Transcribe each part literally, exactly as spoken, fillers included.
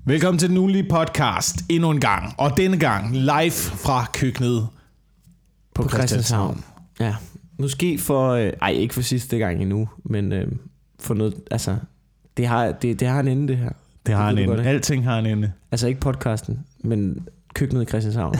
Velkommen til den ugenlige podcast endnu en gang, og denne gang live fra køkkenet på, på Christianshavn. Ja, måske for, øh, ej ikke for sidste gang endnu, men øh, for noget, altså, det har, det, det har en ende det her. Det har det en ende, godt, alting har en ende. Altså ikke podcasten, men køkkenet i Christianshavn.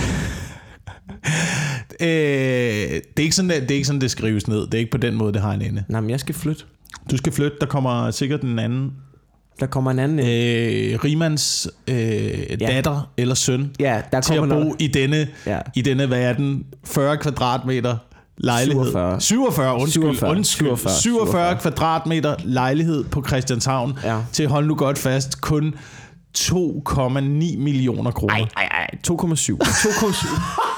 øh, det, er ikke sådan, det, det er ikke sådan, det skrives ned, det er ikke på den måde, det har en ende. Nej, men jeg skal flytte. Du skal flytte, der kommer sikkert en anden... Der kommer en anden... Øh, Rimands øh, ja. datter eller søn ja, der til at bo noget. i denne, ja. i denne verden, fyrre kvadratmeter lejlighed. syvogfyrre. syvogfyrre, undskyld. syvogfyrre. undskyld. syvogfyrre, syvogfyrre kvadratmeter lejlighed på Christianshavn ja. til, hold nu godt fast, kun to komma ni millioner kroner. Ej, ej, ej, to komma syv. to komma syv.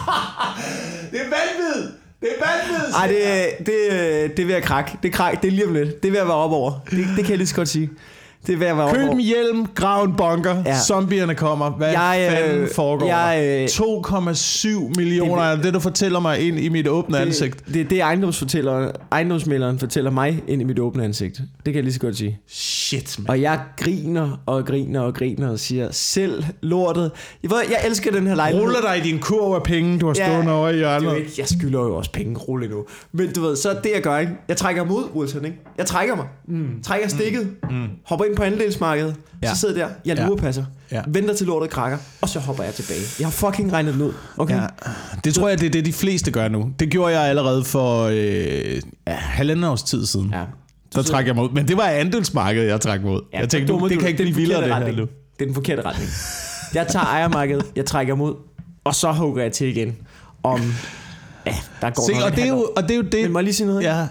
Det er vanvid! Det er vanvid! Ej, det, det, det vil jeg krakke. Det er, krak, det er lige om lidt. Det vil jeg være op over. Det, det kan jeg lige så godt sige. Det vil jeg være Køb en hjelm, grav en bunker, ja. Zombierne kommer. Hvad jeg, fanden øh, foregår jeg, øh, to komma syv millioner er det, du fortæller mig ind i mit åbne det, ansigt. Det er det, ejendomsmælderen fortæller mig ind i mit åbne ansigt. Det kan jeg lige så godt sige. Shit, man. Og jeg griner og griner og griner og siger, selv lortet. Jeg, ved, jeg elsker den her lejlighed. Ruller dig i din kurv af penge, du har stående ja, over i hjørnet. Ikke, jeg skylder jo også penge, roligt nu. Men du ved, så det jeg gør, ikke? Jeg trækker mig ud, Wilson, ikke? Jeg trækker mig. Mm. Trækker stikket. Mm. Hopper ind på andelsmarkedet. Ja. Så sidder jeg der. Jeg lurepasser. Ja. Venter til lortet krakker. Og så hopper jeg tilbage. Jeg har fucking regnet den ud. Okay? Ja. Det tror jeg, det er det, de fleste gør nu. Det gjorde jeg allerede for øh, ja, halvanden års tid siden. Ja. Så trækker jeg mig ud. Men det var andelsmarkedet, jeg trækker mig ud. Ja, jeg tænkte, du, det kan ikke blive vildere, det her nu. Det er den forkerte retning. Jeg tager ejermarkedet. Jeg trækker mig ud. Og så hugger jeg til igen. Om... Ja, der går Se, noget, og, det er jo, og det er jo det. Men må jeg lige sige noget? Ja.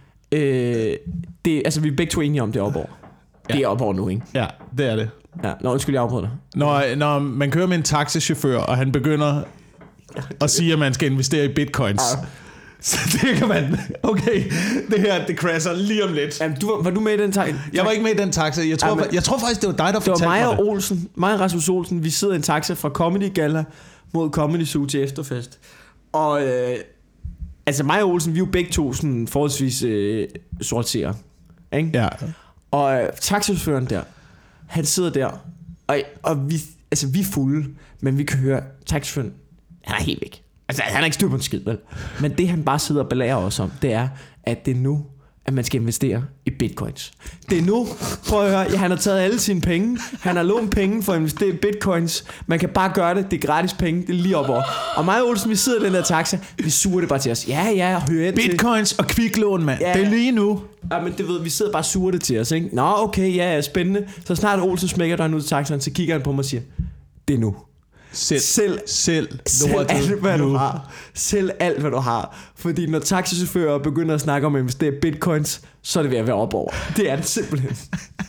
Øh, det, altså, vi er begge to enige om, det er op over. Ja. Det er op over nu, ikke? Ja, det er det. Ja, nå, undskyld, jeg afbryder dig. Når, når man kører med en taxichauffør, og han begynder at sige, at man skal investere i bitcoins, ja. Så det kan man... Okay, det her, det crasher lige om lidt. Jamen, du, var du med i den taxa? Jeg var ikke med i den taxa. Jeg tror, ja, men, jeg tror faktisk, det var dig, der fortalte mig det. Det var mig og Olsen, mig og Rasmus Olsen. Vi sidder i en taxa fra Comedy Gala mod Comedy Zoo til efterfest. Og... Øh, altså mig og Olsen, vi er jo begge to sådan forholdsvis øh, sorterer. Ikke? Ja. Og øh, taxichaufføren der, han sidder der, og, og vi, altså, vi er fulde, men vi kan høre, taxichaufføren, han er helt væk. Altså, han er ikke styr på en skid, vel? Men det, han bare sidder og belærer os om, det er, at det er nu, at man skal investere i bitcoins. Det er nu, prøv at høre, ja, han har taget alle sine penge, han har lånt penge for at investere i bitcoins, man kan bare gøre det, det er gratis penge, det er lige op over. Og mig og Olsen, vi sidder i den der taxa, vi suger det bare til os. Ja, ja, hør ind til. Bitcoins og kviklån, mand, ja. Det er lige nu. Ja, men det ved, vi sidder bare og suger det til os, ikke? Nå, okay, ja, ja, spændende. Så snart Olsen smækker der ud til taxaen, så kigger han på mig og siger, det er nu. Selv, selv, selv, selv alt, hvad du har. Selv alt, hvad du har. Fordi når taxichauffører begynder at snakke om at investere i bitcoins, så er det ved at være op over. Det er det simpelthen.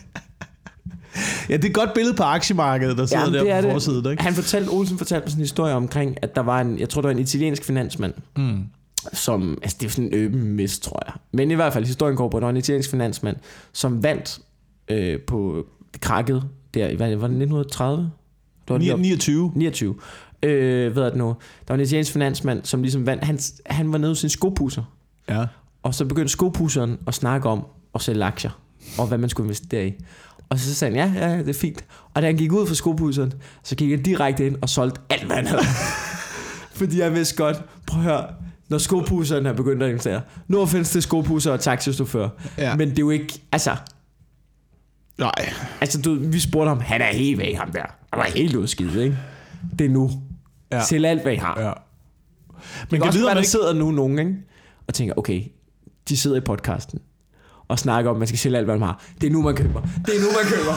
Ja, det er et godt billede på aktiemarkedet, der sidder Jamen, der på forsiden, ikke? Han fortalte, Olsen fortalte mig sådan en historie omkring, at der var en, jeg tror, der var en italiensk finansmand, mm. som, altså det er sådan en øben mist, tror jeg. Men i hvert fald, historien går på, at der var en italiensk finansmand, som vandt øh, på krakket der, var det nitten tredive? niogtyve niogtyve Øh, hvad er det nu? Der var en italiensk finansmand, som ligesom vandt. Han, han var nede hos sin skopusser. Ja. Og så begyndte skopusseren at snakke om at sælge aktier, og hvad man skulle investere i. Og så sagde han, ja, ja, det er fint. Og da han gik ud fra skopusseren, så gik han direkte ind og solgte alt, hvad han havde. Fordi jeg vidste godt, prøv at høre, når skopusseren er begyndt at investere. Nu findes det skopusser og taxichauffør. Ja. Men det er jo ikke, altså... Nej. Altså, du, vi spurgte ham, han er helt væk, ham der. Han var helt udskidt, ikke? Det er nu. Ja. Sælg alt, hvad I har. Ja. Men kan også være, der ikke... sidder nu nogen, ikke? Og tænker, okay, de sidder i podcasten og snakker om, at man skal sælge alt, hvad man har. Det er nu, man køber. Det er nu, man køber.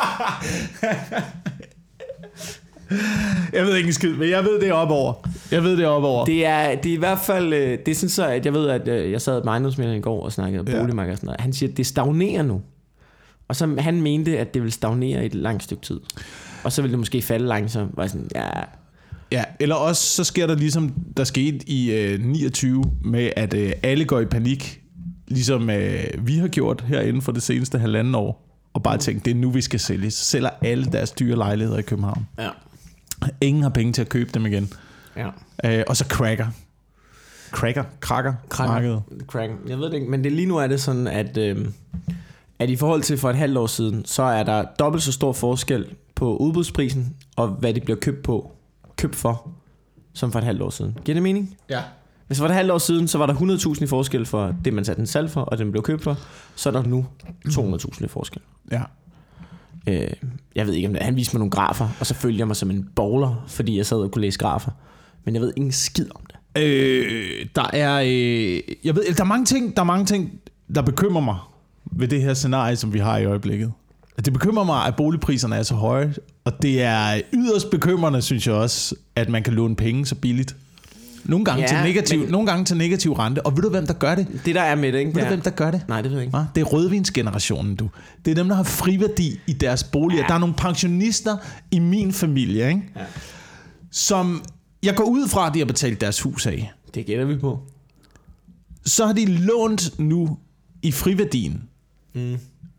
Jeg ved ikke en skid, men jeg ved, det er op over. Jeg ved, det er op over. Det er, det er i hvert fald, det er sådan så, at jeg ved, at jeg sad med ejendomsmægleren i går og snakkede om boligmarkedet og sådan noget. Han siger, at det stagnerer nu. Og så han mente, at det ville stagnere i et langt stykke tid. Og så ville det måske falde langsomt. Var sådan, ja. Ja, eller også så sker der ligesom, der skete i øh, niogtyve, med at øh, alle går i panik, ligesom øh, vi har gjort her inden for det seneste halvanden år, og bare tænkt, det er nu, vi skal sælge. Så sælger alle deres dyre lejligheder i København. Ja. Ingen har penge til at købe dem igen. Ja. Øh, og så cracker. Cracker? Cracker? Cracker. Jeg ved det ikke, men det, lige nu er det sådan, at... Øh, at i forhold til for et halvt år siden, så er der dobbelt så stor forskel på udbudsprisen, og hvad det bliver købt på, købt for, som for et halvt år siden. Giver det mening? Ja. Hvis for et halvt år siden, så var der hundrede tusind i forskel for det, man satte den salg for, og den blev købt for, så er der nu to hundrede tusind i forskel. Ja. Øh, jeg ved ikke om det. Han viste mig nogle grafer, og så følte jeg mig som en bowler, fordi jeg sad og kunne læse grafer. Men jeg ved ingen skid om det. Øh, der er, øh, jeg ved, der er mange ting, der er mange ting, der bekymrer mig ved det her scenarie, som vi har i øjeblikket. Det bekymrer mig, at boligpriserne er så høje, og det er yderst bekymrende, synes jeg også, at man kan låne penge så billigt. Nogle gange, ja, til negativ, men... nogle gange til negativ rente. Og ved du, hvem der gør det? Det der er med det, ikke? Ved du, hvem der gør det? Nej, det ved jeg ikke. Det er rødvinsgenerationen, du. Det er dem, der har friværdi i deres boliger. Ja. Der er nogle pensionister i min familie, ikke? Ja. Som jeg går ud fra, at de har betalt deres hus af. Det gætter vi på. Så har de lånt nu i friværdien mm.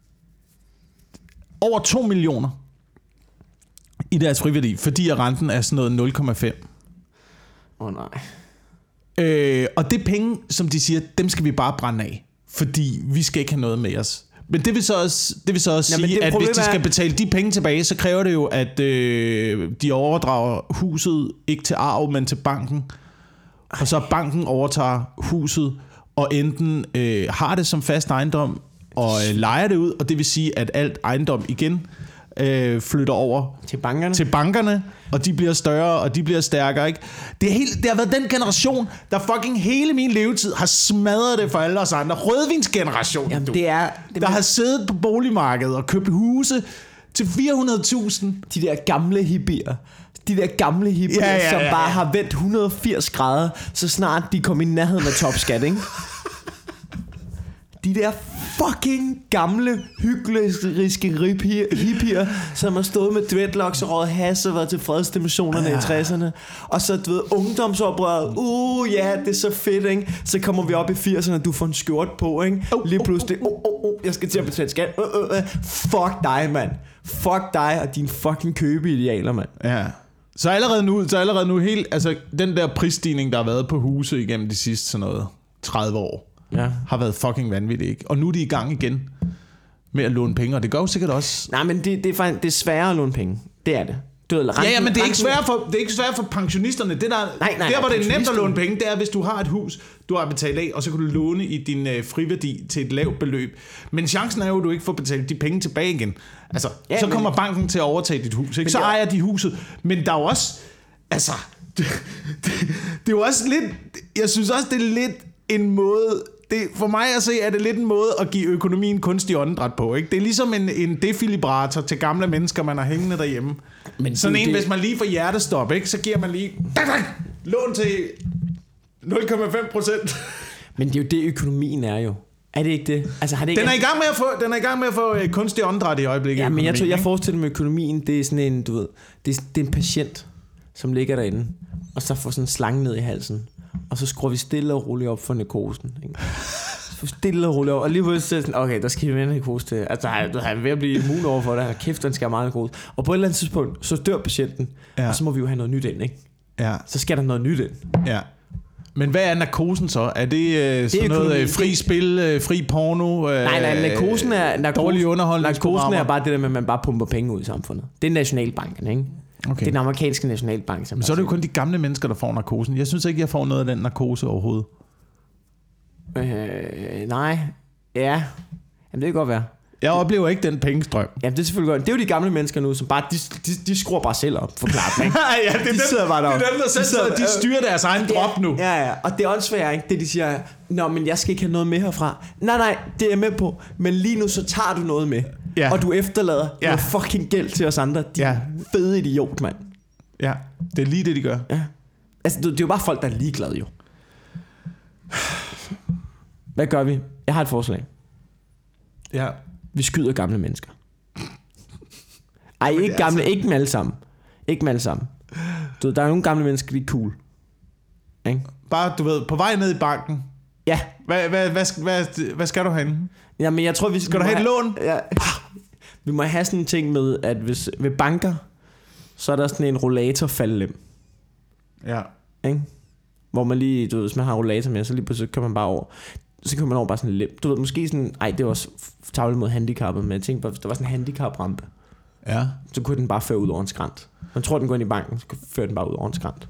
over to millioner i deres friværdi, fordi renten er sådan noget nul komma fem. Åh oh, nej. Øh, og det penge, som de siger, dem skal vi bare brænde af, fordi vi skal ikke have noget med os. Men det vil så også, det vil så også ja, sige, at hvis de skal betale de penge tilbage, så kræver det jo, at øh, de overdrager huset ikke til arv, men til banken. Og så banken overtager huset og enten øh, har det som fast ejendom og øh, lejer det ud, og det vil sige, at alt ejendom igen øh, flytter over til bankerne. til bankerne, og de bliver større, og de bliver stærkere, ikke? Det, er helt, det har været den generation, der fucking hele min levetid har smadret det for alle os andre. Rødvinsgenerationen, Jamen, det er, det der har siddet på boligmarkedet og købt huse til fire hundrede tusind. De der gamle hippier. De der gamle hippier, ja, ja, ja, ja. som bare har vendt et hundrede og firs grader, så snart de kom i nærheden af topskat, ikke? De der fucking gamle, hyggeliske hippier, som har stået med dreadlocks og røget hash og været til fredsdemonstrationerne ja. i tresserne. Og så, du ved, ungdomsoprøret. Uh, ja, det er så fedt, ikke? Så kommer vi op i firserne, og du får en skjort på, ikke? Lige pludselig, oh, oh, oh, jeg skal til at betale skat. Uh, uh, uh. Fuck dig, mand. Fuck dig og dine fucking købeidealer, mand. Ja. Så allerede nu, så allerede nu helt, altså den der prisstigning, der har været på huse igennem de sidste sådan noget tredive år, ja. har været fucking vanvittigt, ikke? Og nu er de i gang igen med at låne penge, og det gør jo sikkert også. Nej, men det, det, er, faktisk, det er sværere at låne penge. Det er det. Du ved, renten, ja, ja, men det er ikke svært for det er ikke svært for pensionisterne. Det der, nej, nej, der hvor det er nemt at låne penge, det er hvis du har et hus, du har betalt af, og så kan du låne i din øh, friværdi til et lavt beløb. Men chancen er jo, at du ikke får betalt de penge tilbage igen. Altså, ja, så men... kommer banken til at overtage dit hus, ikke? Så ja. ejer de huset. Men der er jo også, altså, det, det, det er jo også lidt, jeg synes også det er lidt en måde. Det, for mig at se, er det lidt en måde at give økonomien kunstig åndedræt på, ikke? Det er ligesom en, en defibrillator til gamle mennesker, man har hængende derhjemme. Men sådan en, det... hvis man lige får hjertestop, ikke? Så giver man lige lån til nul komma fem procent. Men det er jo det, økonomien er jo. Er det ikke det? Altså, har det ikke... Den er i gang med at få, den er i gang med at få uh, kunstig åndedræt i øjeblikket. Ja, men jeg tror, jeg forestiller mig økonomien, det er sådan en, du ved, det er, det er en patient, som ligger derinde, og så får sådan en slange ned i halsen. Og så skruer vi stille og roligt op for narkosen, ikke? Stille og roligt op. Og lige pludselig sådan, okay, der skal vi mere narkose til. Altså, du har ved at blive immun over for det. Og kæft, den skal have meget narkose. Og på et eller andet tidspunkt, så dør patienten. Ja. Og så må vi jo have noget nyt ind, ikke? Ja. Så skal der noget nyt ind. Ja. Men hvad er narkosen så? Er det, øh, sådan det er noget øh, fri spil, øh, fri porno? Øh, nej, nej, narkosen er, narkosen, dårlig underholdning. Narkosen er bare det der med, at man bare pumper penge ud i samfundet. Det er Nationalbanken, ikke? Okay. Det er den amerikanske nationalbank. Men så er det jo kun de gamle mennesker, der får narkosen. Jeg synes ikke, jeg får noget af den narkose overhovedet. Øh, nej. Ja. Jamen, det kan godt være. Jeg oplever ikke den pengestrøm. Jamen, det er selvfølgelig godt. Det er jo de gamle mennesker nu, som bare, de, de, de skruer bare selv op, forklart, ikke? ja, det er, de dem, bare det er dem, der selv sidder, de styrer deres egen ja, drop nu. Ja, ja, og det er åndssvagt, ikke? Det de siger, nå, men jeg skal ikke have noget med herfra. Nej, nej, det er jeg med på. Men lige nu, så tager du noget med. Ja. Og du efterlader ja. noget fucking gæld til os andre. De ja. fede idiot, mand. Ja, det er lige det, de gør. Ja. Altså, det er jo bare folk, der er ligeglade, jo. Hvad gør vi? Jeg har et forslag. Ja. Vi skyder gamle mennesker. Ej, ikke gamle, altså... ikke med alle sammen. Ikke med alle sammen. Du ved, der er nogle gamle mennesker, de er cool. Ikke? Bare, du ved, på vej ned i banken. Ja. Hvad, hvad, hvad, hvad, hvad skal du have? Jamen, jeg tror, vi skal... Skal du have et lån? Ja. Vi må have sådan en ting med, at hvis ved banker, så er der sådan en rollator-faldlem. Ja. Ikke? Hvor man lige, du ved, hvis man har rollator med, så lige pludselig kan man bare over. så kan man over bare sådan en lem. Du ved, måske sådan, ej, det var også tavlet mod handicappet, men jeg tænkte bare, hvis der var sådan en handicaprampe, Ja. så kunne den bare føre ud over en skrant. Man tror, den går ind i banken, så fører den bare ud over en skrant.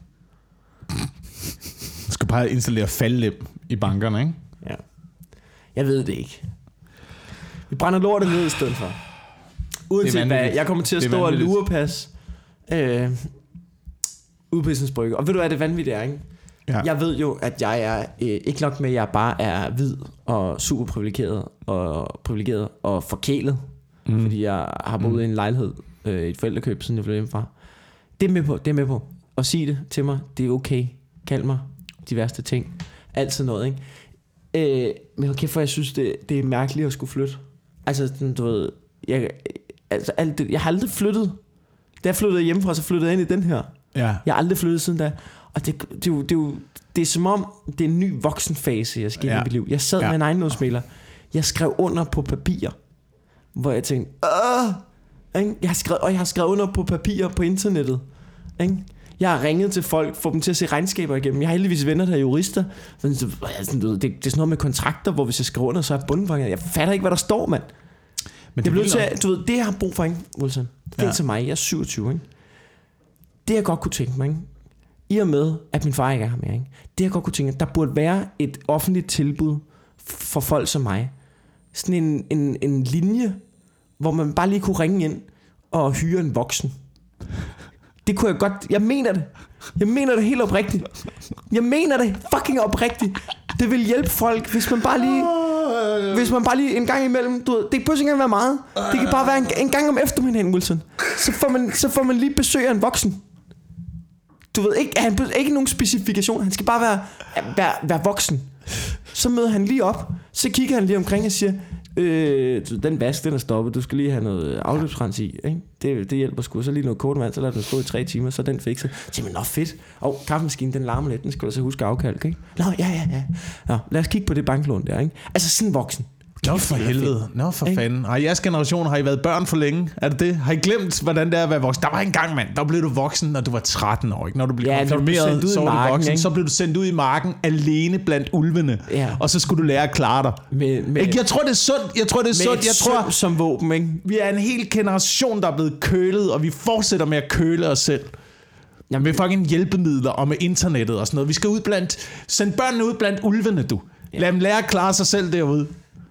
Du skal bare installere faldlem i bankerne, ikke? Ja. Jeg ved det ikke. Vi brænder lortet ned i stedet for. Uanset hvad, jeg kommer til at stå og lurepas øh, ude på Islands Brygge. Og ved du hvad, det vanvittigt er, ikke? Ja. Jeg ved jo, at jeg er øh, ikke nok med, at jeg bare er hvid og super privilegeret og privilegeret og forkælet, mm. fordi jeg har boet mm. i en lejlighed øh, i et forældrekøb, siden jeg flyttede hjemmefra. Det er med på, det er med på. Og sig det til mig, det er okay. Kald mig de værste ting. Alt sådan noget, ikke? Øh, men okay, for jeg synes, det, det er mærkeligt at skulle flytte. Altså, du ved, jeg, altså, alt det, jeg har aldrig flyttet. Da jeg flyttede hjemmefra, så flyttede jeg ind i den her. Ja. Jeg har aldrig flyttet siden da. Og det, det, det, det, det er som om, det er en ny voksenfase, jeg skal ja. i mit liv. Jeg sad ja. med en ejendomsmægler. Jeg skrev under på papir, hvor jeg tænkte, Åh! Jeg har skrevet, og jeg har skrevet under på papir på internettet. Ikke? Jeg har ringet til folk, få dem til at se regnskaber igennem. Jeg har heldigvis venner, der er jurister. Det, det er sådan noget med kontrakter, hvor hvis jeg skriver under, så er bundfanget. Jeg fatter ikke, hvad der står, mand. Men det, det, til, du ved, det jeg har brug for, ikke, Wilson? Det er ja. til mig, jeg er syvogtyve, ikke? Det jeg godt kunne tænke mig, ikke? I og med, at min far ikke er her mere, ikke? Det jeg godt kunne tænke, at der burde være et offentligt tilbud for folk som mig. Sådan en, en, en linje, hvor man bare lige kunne ringe ind og hyre en voksen. Det kunne jeg godt. Jeg mener det. Jeg mener det helt oprigtigt. Jeg mener det fucking oprigtigt. Det vil hjælpe folk, hvis man bare lige hvis man bare lige en gang imellem, du ved, det behøver ikke engang være meget. Det kan bare være en, en gang om eftermiddagen, Wilson. Så får man så får man lige besøg af en voksen. Du ved ikke, han ikke nogen specifikation. Han skal bare være være, være voksen. Så møder han lige op. Så kigger han lige omkring og siger, Øh, den vask, den er stoppet. Du skal lige have noget afløbsrens i, ikke? Det, det hjælper sgu. Så lige noget kodevand, så lader den stå i tre timer. Så den fikset. Så siger man, nå fedt. Og kaffemaskinen, den larmer lidt. Den skal du så huske at afkalke, ikke? Nå, ja, ja, ja. Nå, lad os kigge på det banklån der, ikke? Altså sådan voksen. Nå for helvede. Nå for ikke? Fanden. Har jeres generation, har I været børn for længe? Er det det? Har I glemt, hvordan det er at være voksen? Der var en gang, mand. Der blev du voksen, når du var tretten år, ikke? Når du blev ja, konfirmeret, så var du voksen. Ikke? Så blev du sendt ud i marken alene blandt ulvene. Ja. Og så skulle du lære at klare dig. Med, med, jeg tror, det er sundt. Jeg tror, det er sundt. Jeg tror, som våben, ikke? Vi er en hel generation, der er blevet kølet, og vi fortsætter med at køle os selv. Jamen, med fucking hjælpemidler og med internettet og sådan noget. Vi skal ud blandt... Send børnene ud blandt ulvene, du. Ja. Lad dem lære at klare sig selv derude.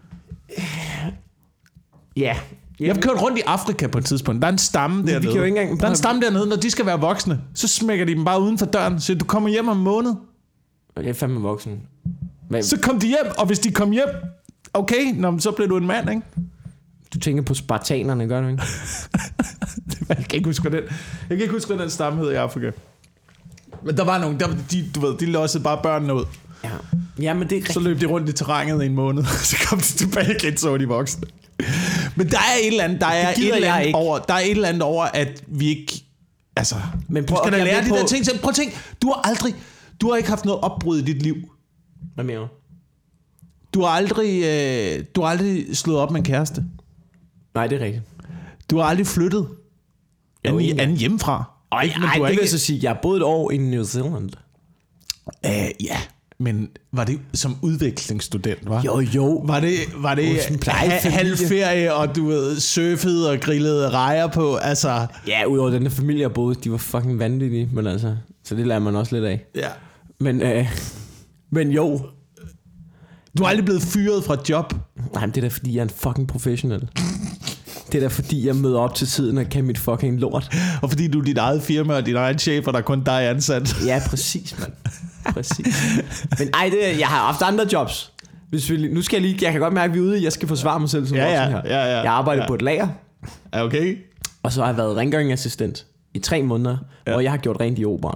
Ja. Jeg har kørt rundt i Afrika på et tidspunkt. Der er en stamme dernede. Vi kan jo ikke engang... Der er en stamme dernede, når de skal være voksne. Så smækker de dem bare uden for døren. Så du kommer hjem om en måned. Jeg er fandme voksen. Men... Så kom de hjem, og hvis de kom hjem, okay, nå, så bliver du en mand, ikke? Du tænker på spartanerne, gør du ikke? Jeg kan ikke huske, den. Jeg kan ikke huske, den stamme hed i Afrika. Men der var nogen, der, de, du ved, de lossede bare børnene ud. Ja. Ja, men det er så løb de rundt i terrænet i en måned. Så kom de tilbage igen, så var de voksne. Men der er et eller andet, der er et eller andet over, der er et eller andet over, at vi ikke, altså, men prøv, du skal da lære de på... der ting. Prøv at tænke, du har aldrig, du har ikke haft noget opbrud i dit liv. Hvad mener du? Du har aldrig, øh, du har aldrig slået op med en kæreste. Nej, det er rigtigt. Du har aldrig flyttet jo, anden, anden hjemmefra. Ej, ej, det vil jeg så sige, jeg har boet et år i New Zealand. Uh, ja, men var det som udvekslingsstudent, var? Jo, jo. Var det, var det ha- halv ferie, og du ved, surfede og grillede rejer på, altså... Ja, udover den der familie, jeg boede, de var fucking vanvittige, men altså, så det lærer man også lidt af. Ja. Men, øh, men jo. Du er aldrig blevet fyret fra et job? Nej, men det er da fordi, jeg er en fucking professional. Det er da fordi, jeg møder op til tiden og kan mit fucking lort. Og fordi du er dit eget firma og din egen chef, og der er kun dig ansat. Ja, præcis, mand. Præcis. Men ej, det, jeg har haft andre jobs. Hvis vi, nu skal jeg lige, jeg kan godt mærke, at vi er ude i, jeg skal forsvare mig selv som ja, voksen ja, her. Ja, ja, jeg arbejder ja. på et lager. Okay. Og så har jeg været rengøringsassistent i tre måneder, ja. hvor jeg har gjort rent i operen.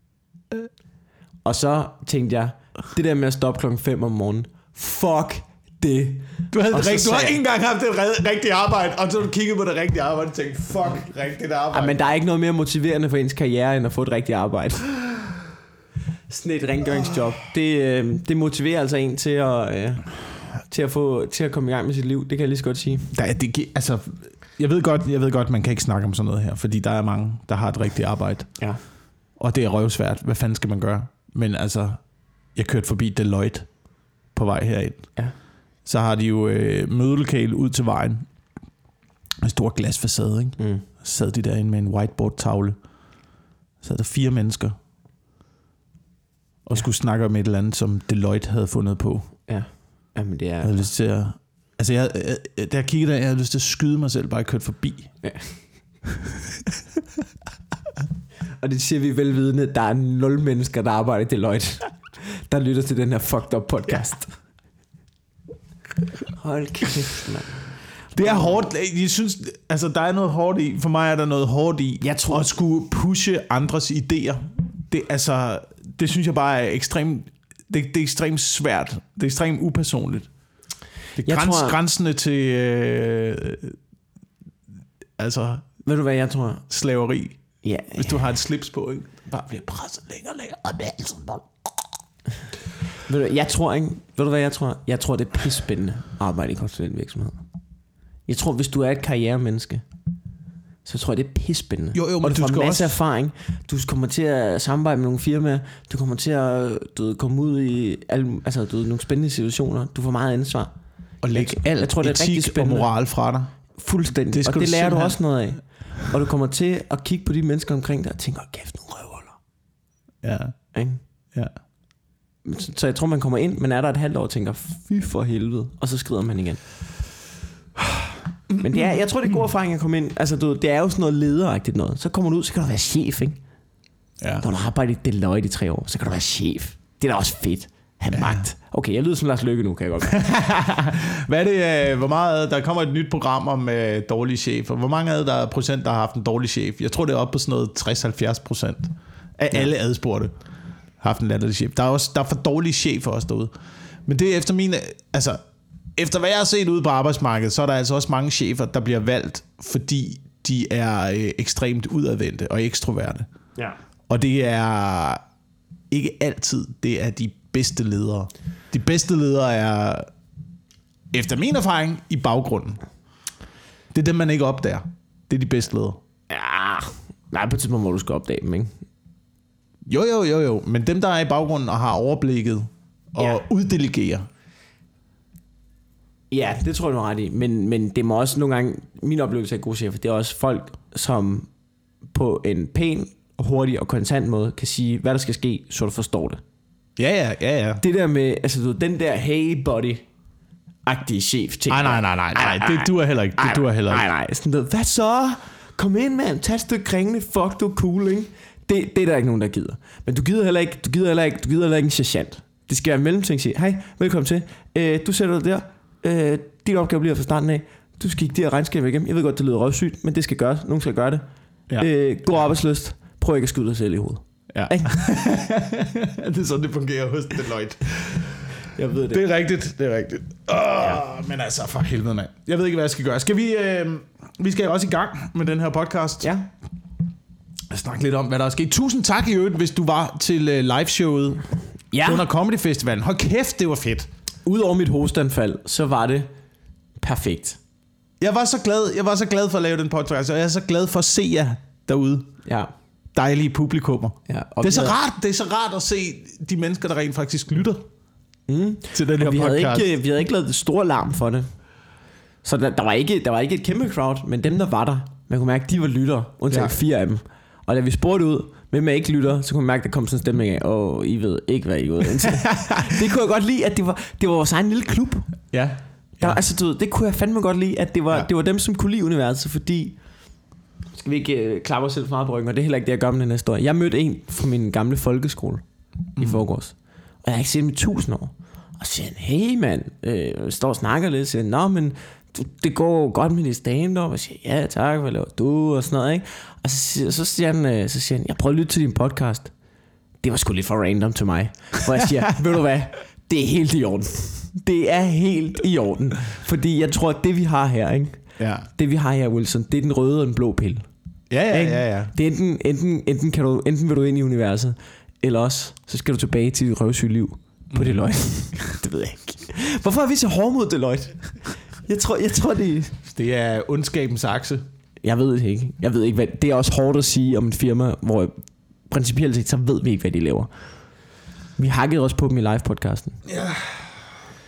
Og så tænkte jeg, det der med at stoppe klokken fem om morgenen, fuck det. Du, havde rigt, du har ikke engang haft det rigtige arbejde, og så du kiggede på det rigtige arbejde og tænkte, fuck rigtigt arbejde. Ja, men der er ikke noget mere motiverende for ens karriere, end at få et rigtigt arbejde. Sådan et rengøringsjob, det, det motiverer altså en til at, til at få til at komme i gang med sit liv. Det kan jeg lige så godt sige. Der, det, altså, jeg ved godt, jeg ved godt, man kan ikke snakke om sådan noget her, fordi der er mange, der har et rigtigt arbejde. Ja. Og det er røvsvært. Hvad fanden skal man gøre? Men altså, jeg kørte forbi Deloitte på vej herind. Ja. Så har de jo øh, mødelokale ud til vejen. En stor glasfacade, ikke? Mm. Så sad de derinde med en whiteboard-tavle. Så sad der fire mennesker. Og ja. skulle snakke om et eller andet, som Deloitte havde fundet på. Ja. Jamen det er... Jeg havde lyst til at... Altså, jeg, jeg, da jeg kiggede der, jeg havde lyst til at skyde mig selv, bare jeg kørte forbi. Ja. Og det siger vi velvidende, der er nul mennesker, der arbejder i Deloitte, der lytter til den her fucked up podcast. Hold kæft, mand. Det er hårdt. Jeg synes, altså, der er noget hårdt i. For mig er der noget hårdt i. Jeg tror at skulle pushe andres idéer. Det, altså, det synes jeg bare er ekstremt... Det, det er ekstremt svært. Det er ekstremt upersonligt. Det er græns, tror, grænsende til... Øh, altså... Ved du hvad jeg tror? Slaveri. Ja. Hvis du har et slips på, ikke? Bare bliver presset længere og længere. Og det er alt sådan noget. Ved du, jeg tror ikke... Ved du hvad jeg tror? Jeg tror, det er pissespændende at arbejde i konsulentvirksomhed. Jeg tror, hvis du er et karrieremenneske, så tror jeg, det er pissespændende. Jo, jo, men og du, du får skal masse også... erfaring. Du kommer til at samarbejde med nogle firmaer. Du kommer til at du ved, komme ud i alle, altså, du ved, nogle spændende situationer. Du får meget ansvar. Og lægge alt jeg tror, det er etik rigtig spændende. Og moral fra dig. Fuldstændig. Det og det lærer du også noget af. Og du kommer til at kigge på de mennesker omkring dig og tænke, kæft, nogle røvhuller. Ja. Ikke? Ja. Så, så jeg tror, man kommer ind, men er der et halvt år og tænker, fy for helvede. Og så skrider man igen. Men det er, jeg tror, det er god erfaring at komme ind. Altså, du, det er jo sådan noget lederagtigt noget. Så kommer du ud, så kan du være chef, ikke? Ja. Når du har arbejdet i Deloitte i tre år, så kan du være chef. Det er da også fedt. Ha' ja. magt. Okay, jeg lyder som Lars Løkke nu, kan jeg godt. Hvad er det, hvor meget, der kommer et nyt program om øh, dårlige chefer. Hvor mange af der er procent, der har haft en dårlig chef? Jeg tror, det er oppe på sådan noget tres til halvfjerds procent af ja. alle adspurgte har haft en latterlig chef. Der er også der er for dårlige chefer også derude. Men det er efter mine... Altså, efter hvad jeg har set ude på arbejdsmarkedet, så er der altså også mange chefer, der bliver valgt, fordi de er øh, ekstremt udadvendte og ekstroverte. Ja. Og det er ikke altid, det er de bedste ledere. De bedste ledere er, efter min erfaring, i baggrunden. Det er dem, man ikke opdager. Det er de bedste ledere. Ja, nej, på et tidspunkt må du skal opdage dem, ikke? Jo, jo, jo, jo. Men dem, der er i baggrunden og har overblikket og ja. uddelegerer. Ja, det tror jeg, du har ret i. Men, men det må også nogle gange, min oplevelse af gode chefer, det er også folk, som på en pæn, hurtig og kontant måde kan sige, hvad der skal ske, så du forstår det. Ja, ja, ja, ja. Det der med, altså du, den der hey buddy-agtige chef ting. Nej, nej, nej, nej, nej, det duer heller ikke. Det duer heller ikke. Nej, nej, sådan noget. Hvad så? Kom ind, mand. Tag et stykke kringende. Fuck, du er cool, ikke? Det, det er der ikke nogen, der gider. Men du gider heller ikke, du gider heller ikke, du gider heller ikke en sergeant. Det skal være en mellemting, sige, hej, velkommen til. Øh, du sætter dig der. Øh, din opgave bliver fra starten af. Du skal ikke de her regnskaber igennem. Jeg ved godt, det lyder røvsygt, men det skal gøres. Nogen skal gøre det. Ja. Øh, god arbejdslyst. Prøv ikke at skyde dig selv i hovedet. Ja. Det er sådan, det fungerer hos Deloitte. Jeg ved det. Det er rigtigt, det er rigtigt. Åh, ja. Men altså, for helvede, mand. Jeg ved ikke, hvad jeg skal gøre. Skal vi, øh, vi skal også i gang med den her podcast. Ja. Jeg snakke lidt om, hvad der er sket. Tusind tak i øvrigt, hvis du var til øh, liveshowet ja. under Comedy Festivalen. Hold kæft, det var fedt. Udover mit hostanfald, så var det perfekt. Jeg var så glad, jeg var så glad for at lave den podcast, og jeg er så glad for at se jer derude. Ja. Dejlige publikummer. Ja, det er så rart, det er så rart at se de mennesker, der rent faktisk lytter mm. til den her vi podcast. Havde ikke, vi havde ikke lavet det store larm for det. Så der, der, var ikke, der var ikke et kæmpe crowd, men dem, der var der, man kunne mærke, de var lytter, undtagen ja. fire af dem. Og da vi spurgte ud, hvem er ikke lytter, så kunne man mærke, at der kom sådan en stemning af, åh, oh, I ved ikke, hvad I er ude. Det kunne jeg godt lide, at det var, det var vores egen lille klub. Ja. Der, ja. altså, du ved, det kunne jeg fandme godt lide, at det var, ja. det var dem, som kunne lide universet, fordi... Skal vi ikke uh, klappe os selv for meget på ryggen, og det er heller ikke det, jeg gør med den her historie. Jeg mødte en fra min gamle folkeskole mm. i forgårs, og jeg har ikke set ham i tusind år. Og så siger han, hey mand, øh, står og snakker lidt, og siger, nå, men du, det går godt med dit stand-up, og jeg siger, ja tak, hvad laver du, og sådan noget, ikke? Og så, så, siger han, øh, så siger han, jeg prøver at lytte til din podcast. Det var sgu lidt for random til mig. Hvor jeg siger, ved du hvad, det er helt i orden. Det er helt i orden. Fordi jeg tror, at det vi har her, ikke? Ja. Det vi har her, Wilson, det er den røde og den blå pille. Ja, ja, ja, ja. Det er enten, enten, enten, kan du, enten vil du ind i universet, eller også, så skal du tilbage til dit røvsyge liv på mm. Deloitte. Det ved jeg ikke. Hvorfor er vi så hårde mod Deloitte? Jeg tror, jeg tror det... Det er ondskabens akse. Jeg ved det ikke. Jeg ved ikke hvad... Det er også hårdt at sige om en firma, hvor principielt set, så ved vi ikke, hvad de laver. Vi hakkede også på dem i live-podcasten. Ja.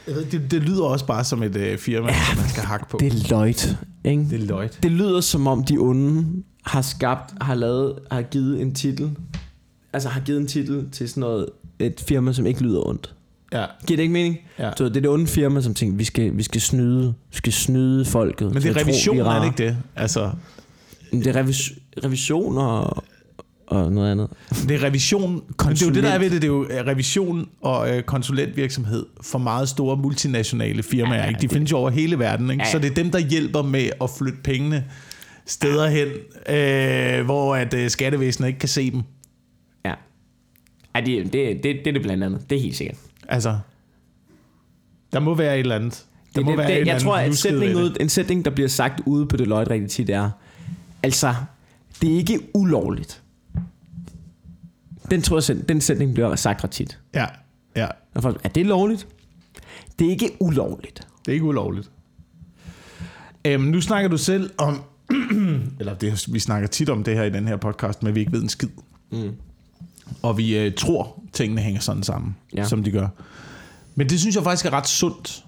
Det, det lyder også bare som et øh, firma, ja, som man skal hakke på. Det er løjt, ikke? Det er løjt. Det lyder som om de onde har skabt, har lavet, har givet en titel, altså har givet en titel til sådan noget, et firma, som ikke lyder ondt. Ja. Giver det ikke mening? Ja. Så det er det onde firma, som tænker, vi skal, vi skal snyde, vi skal snyde folket. Men det er revision, tro, er det ikke det? Altså, det er revis, revision og, og noget andet. det er revision. Det er jo det, der er ved det. Det er jo revision og øh, konsulentvirksomhed for meget store multinationale firmaer. Ja, ja, ikke? De det, findes jo over hele verden. Ikke? Ja, ja. Så det er dem, der hjælper med at flytte pengene steder hen, øh, hvor at øh, skattevæsenet ikke kan se dem. Ja. Ja, det, det, det, det er det blandt andet. Det er helt sikkert. Altså, der må være et eller andet. Der det, må det, være det, et jeg tror, at en lusket sætning, ved ud, en sætning, der bliver sagt ude på Deloitte rigtig tit er, altså, det er ikke ulovligt. Den, tror jeg, den sætning bliver sagt ret tit. Ja, ja. Og folk, er det lovligt? Det er ikke ulovligt. Det er ikke ulovligt. Øhm, nu snakker du selv om, eller det, vi snakker tit om det her i den her podcast, men vi ikke ved en skid. Mm. Og vi øh, tror, tingene hænger sådan sammen, ja. som de gør. Men det synes jeg faktisk er ret sundt.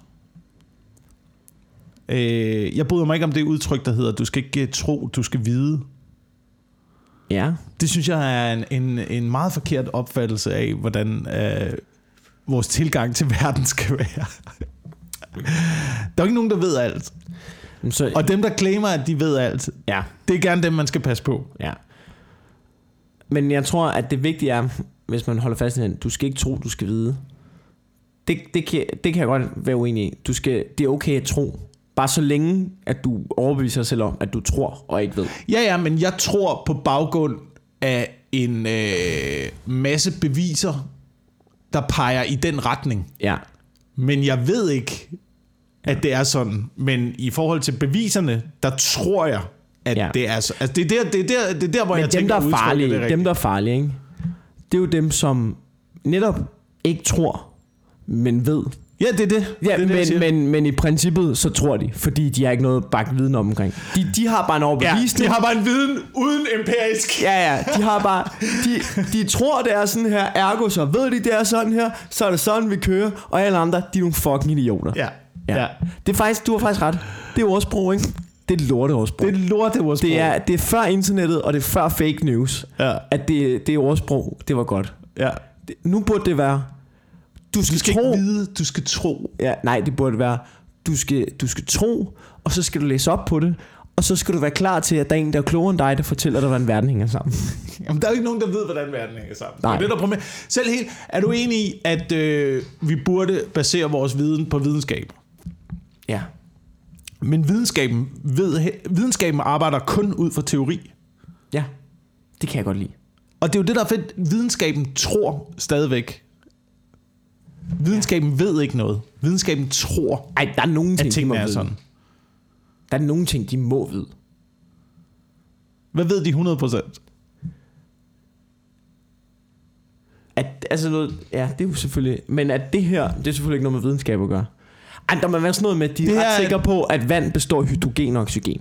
Øh, jeg bryder mig ikke om det udtryk, der hedder, du skal ikke tro, du skal vide. Ja. Det synes jeg er en, en, en meget forkert opfattelse af, hvordan øh, vores tilgang til verden skal være. Der er ikke nogen, der ved alt. Så, og dem, der claimer, at de ved alt, ja. Det er gerne dem, man skal passe på. Ja. Men jeg tror, at det vigtige er, hvis man holder fast i den, du skal ikke tro, du skal vide. Det, det, kan, det kan jeg godt være uenig i. Du skal, det er okay at tro. Bare så længe, at du overbeviser dig selv om, at du tror og ikke ved. Ja, ja, men jeg tror på baggrund af en øh, masse beviser, der peger i den retning. Ja. Men jeg ved ikke, at det er sådan. Men i forhold til beviserne, der tror jeg, at ja. det er så. Altså, det er der, det er der, det er der hvor men jeg dem, tænker, der er farlige, det dem, der er farlige, ikke? Det er jo dem, som netop ikke tror, men ved. Ja, det er det. Ja, det, er men, det men, men i princippet, så tror de, fordi de har ikke noget bagt viden om omkring. De, de har bare en overbevisning. Ja, de har bare en viden uden empirisk. Ja, ja, de har bare, de, de tror, det er sådan her, ergo så ved de, det er sådan her, så er det sådan, vi kører, og alle andre, de er nogle fucking idioter. Ja. Ja. Ja. Det er faktisk, du har faktisk ret. Det er ordsprog, ikke? Det er lorte ordsprog. Det er lorte ordsprog. Det er, det er før internettet, og det er før fake news, ja. at det, det ordsprog, det var godt. Ja. Det, nu burde det være, du skal, du skal tro, ikke vide, du skal tro. Ja, nej, det burde være, du skal, du skal tro, og så skal du læse op på det, og så skal du være klar til, at der er en, der er klogere end dig, der fortæller dig, hvordan verden hænger sammen. Jamen, der er jo ikke nogen, der ved, hvordan verden hænger sammen. Nej. Det er der Selv helt, er du enig i, at øh, vi burde basere vores viden på videnskab? Ja. Men videnskaben, ved, videnskaben arbejder kun ud fra teori. Ja, det kan jeg godt lide. Og det er jo det, der er fedt. Videnskaben tror stadigvæk. Videnskaben ja. ved ikke noget. Videnskaben tror, Ej, der er nogle ting, at tingene de må er vide. sådan. Der er nogle ting, de må vide. Hvad ved de hundrede procent? At, altså noget, ja, det er jo selvfølgelig... Men at det her, det er selvfølgelig ikke noget med videnskab at gøre. Ej, der må være sådan noget med, at de er ret sikre på, at vand består af hydrogen og oxygen.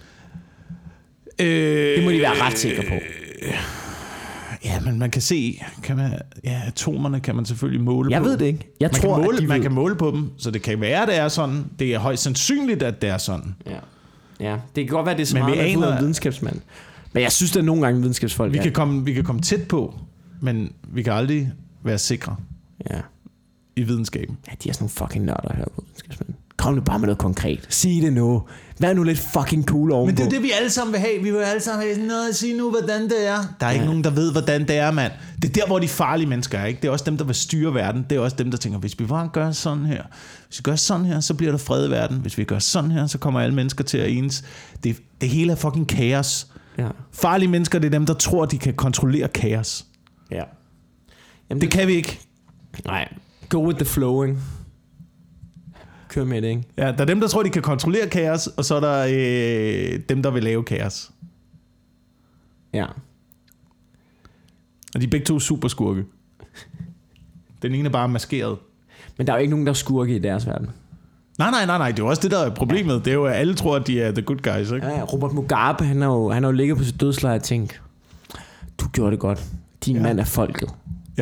Øh, det må de være ret sikre på. Øh, ja, men man kan se... Kan man, ja, atomerne kan man selvfølgelig måle jeg på. Jeg ved det ikke. Jeg man tror, kan måle, at de man ved. kan måle på dem, så det kan være, at det er sådan. Det er højst sandsynligt, at det er sådan. Ja, ja. Det kan godt være, det er så men meget, vi aner, aner, en videnskabsmand. Men jeg synes, der er nogle gange videnskabsfolk. Vi, ja. kan komme, vi kan komme tæt på, men vi kan aldrig være sikre ja. i videnskaben. Ja, de er sådan nogle fucking nørder her på videnskabsmænd. Kom nu bare med noget konkret. Sig det nu. Vær nu lidt fucking cool ovenpå. Men det er det, vi alle sammen vil have. Vi vil alle sammen have noget at sige nu, hvordan det er. Der er ja. ikke nogen, der ved, hvordan det er, mand. Det er der, hvor de farlige mennesker er, ikke? Det er også dem, der vil styre verden. Det er også dem, der tænker, hvis vi bare gør sådan her, hvis vi gør sådan her, så bliver der fred i verden. Hvis vi gør sådan her, så kommer alle mennesker til at enes. Det, det hele er fucking kaos. Ja. Farlige mennesker, det er dem, der tror, de kan kontrollere kaos. Ja. Jamen, det, det kan vi ikke. Nej. Go with the flowing. Kør med det, ikke? Ja, der er dem, der tror, de kan kontrollere kaos, og så er der øh, dem, der vil lave kaos. Ja. Og de er begge to superskurke. Den ene er bare maskeret. Men der er jo ikke nogen, der er skurke i deres verden. Nej, nej, nej, nej. Det er jo også det, der er problemet. Ja. Det er jo, at alle tror, at de er the good guys, ikke? Ja, Robert Mugabe, han har jo, han har jo ligget på sit dødsleje og tænkt, du gjorde det godt. Din ja. mand er folket. Ja. Ja,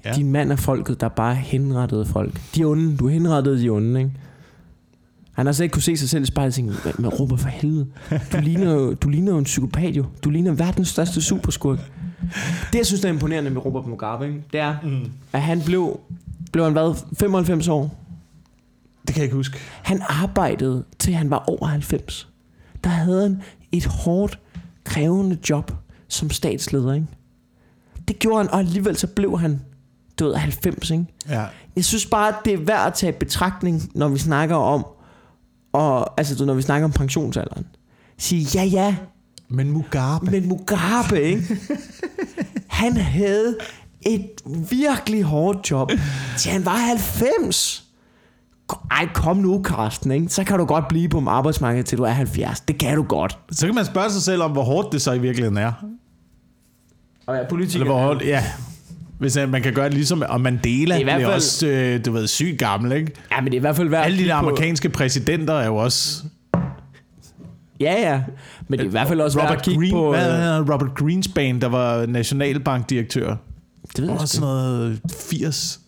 Ja. Din mand er folket, der bare henrettede folk. De onde, du henrettede de onde, ikke? Han har så ikke kunne se sig selv i spejlet og tænke, men Robert, for helvede, du ligner, jo, du ligner jo en psykopat jo. Du ligner verdens største superskurk. Det jeg synes der er imponerende med Robert Mugabe, ikke? Det er mm. at han blev Blev han hvad, femoghalvfems år? Det kan jeg ikke huske. Han arbejdede til han var over halvfems. Der havde han et hårdt, krævende job som statsleder, ikke? Det gjorde han, og alligevel så blev han, du ved, halvfems, ikke? Ja. Jeg synes bare, det er værd at tage betragtning, når vi snakker om, og, altså når vi snakker om pensionsalderen. Sige, ja ja. Men Mugabe. Men Mugabe, ikke? Han havde et virkelig hårdt job, til han var halvfems. Ej, kom nu, Karsten, ikke? Så kan du godt blive på arbejdsmarkedet, til du er halvfjerds. Det kan du godt. Så kan man spørge sig selv om, hvor hårdt det så i virkeligheden er. Og ja, politiker. Eller hvor hårdt, ja. Hvis man kan gøre det ligesom, og Mandela det er bliver fald, også, øh, du ved, sygt gammel, ikke? Ja, men det er i hvert fald værd. Alle de der amerikanske på... præsidenter er jo også... Ja, ja. Men det er i hvert fald også Robert værd at kigge Green, på... Hvad hedder Robert Greenspan, der var nationalbankdirektør? Det ved jeg også sådan noget firs.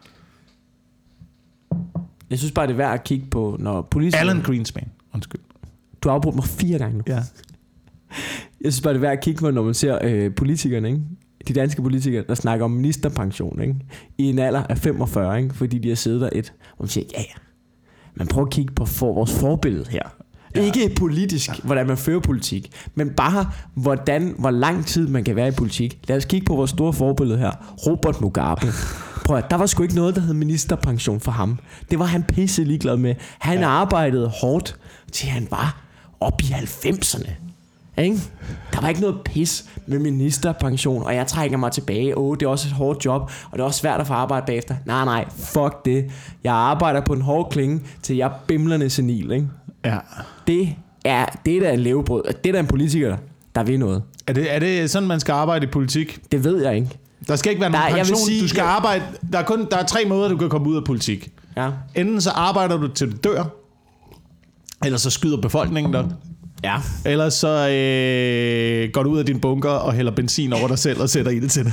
Jeg synes bare, det er værd at kigge på, når politikere... Alan Greenspan, undskyld. Du har afbrudt mig fire gange nu. Ja. Jeg synes bare, det er værd at kigge på, når man ser øh, politikerne, ikke? De danske politikere, der snakker om ministerpension, ikke? I en alder af femogfyrre, ikke? Fordi de har siddet der et, og man siger, ja ja, man prøver at kigge på for vores forbillede her. Ja. Ikke politisk, hvordan man fører politik, men bare, hvordan, hvor lang tid man kan være i politik. Lad os kigge på vores store forbillede her, Robert Mugabe. Prøv at, der var sgu ikke noget, der hed ministerpension for ham. Det var han pisse ligeglad med. Han ja. arbejdede hårdt, til han var oppe i halvfemserne. Ikke? Der var ikke noget pis med ministerpension, og jeg trækker mig tilbage. Åh, det er også et hårdt job, og det er også svært at få arbejde bagefter. Nej, nej, fuck det. Jeg arbejder på en hård klinge, til jeg er bimlerne senil, ikke? Ja. Det er, det er da en levebrød. Det er da en politiker, der vil noget. Er det, er det sådan, man skal arbejde i politik? Det ved jeg ikke. Der skal ikke være nogen der, pension. Sige, du skal jeg... arbejde. Der er kun der er tre måder, du kan komme ud af politik. Ja. Enten så arbejder du til du dør, eller så skyder befolkningen dig. Ja. Ellers så øh, går du ud af din bunker og hælder benzin over dig selv og sætter ild til det.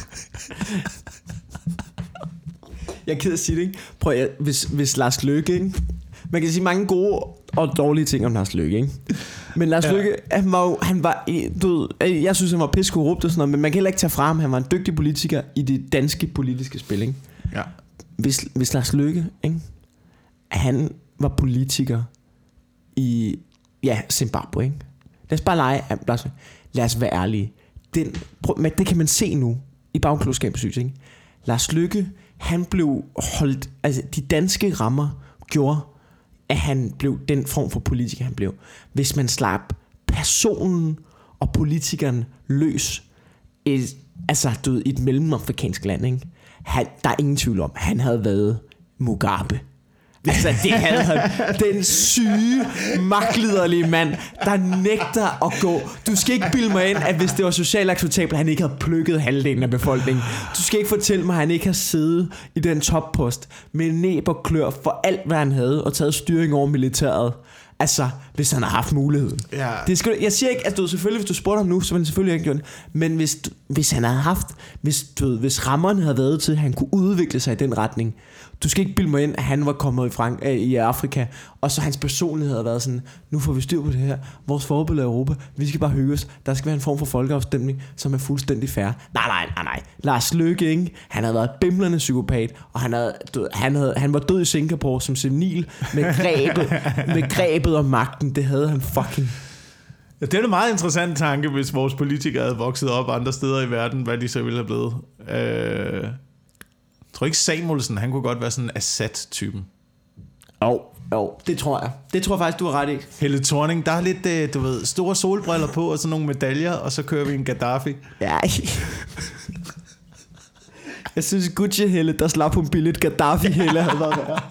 Jeg er ked af at sige det, ikke? Prøv at, hvis, hvis Lars Løkke, ikke? Man kan sige mange gode og dårlige ting om Lars Løkke, ikke? Men Lars ja. Løkke, han var jo, han var, du ved, jeg synes han var pisse korrupt og sådan noget, men man kan heller ikke tage fra ham. Han var en dygtig politiker i det danske politiske spil, ikke? Ja. Hvis, hvis Lars Løkke, ikke? Han var politiker i, ja, Zimbabwe, ikke? Lad os bare lege, Lars, lad os være ærlige. Den, prøv, det kan man se nu i bagklodskabens lys, ikke? Lars Løkke, han blev holdt, altså de danske rammer gjorde, at han blev den form for politiker, han blev. Hvis man slap personen og politikeren løs, et, altså du ved, i et mellemafrikansk land, ikke? Han, der er ingen tvivl om, han havde været Mugabe. Altså det havde han. Den syge, magtliderlige mand, der nægter at gå. Du skal ikke bilde mig ind, at hvis det var socialt acceptabelt, han ikke havde plukket halvdelen af befolkningen. Du skal ikke fortælle mig, at han ikke har siddet i den toppost med næb og klør for alt, hvad han havde, og taget styring over militæret. Altså, hvis han har haft muligheden. Ja. Det skal, jeg siger ikke, at du selvfølgelig, hvis du spurgte ham nu, så ville han selvfølgelig ikke gjort det. Men hvis, hvis han havde haft, hvis, du, hvis rammerne havde været til, at han kunne udvikle sig i den retning. Du skal ikke bilde mig ind, at han var kommet i, Frank- øh, i Afrika, og så hans personlighed havde været sådan, nu får vi styr på det her. Vores forbillede i Europa, vi skal bare hygge os. Der skal være en form for folkeafstemning, som er fuldstændig fair. Nej, nej, nej, nej. Lars Løkke, ikke? Han havde været bimlende psykopat, og han, havde, du, han, havde, han var død i Singapore som senil med grebet, med grebet om magten. Det havde han fucking... Ja, det er en meget interessant tanke, hvis vores politikere havde vokset op andre steder i verden, hvad de så ville have blevet. Øh... Jeg tror ikke Samuelsen, han kunne godt være sådan en Assad-typen. Jo, jo, det tror jeg. Det tror jeg faktisk, du har ret i. Helle Thorning, der er lidt, du ved, store solbriller på, og sådan nogle medaljer, og så kører vi en Gaddafi. Ja. Jeg synes, Gucci Helle, der slap hun billigt. Gaddafi Helle havde været værre.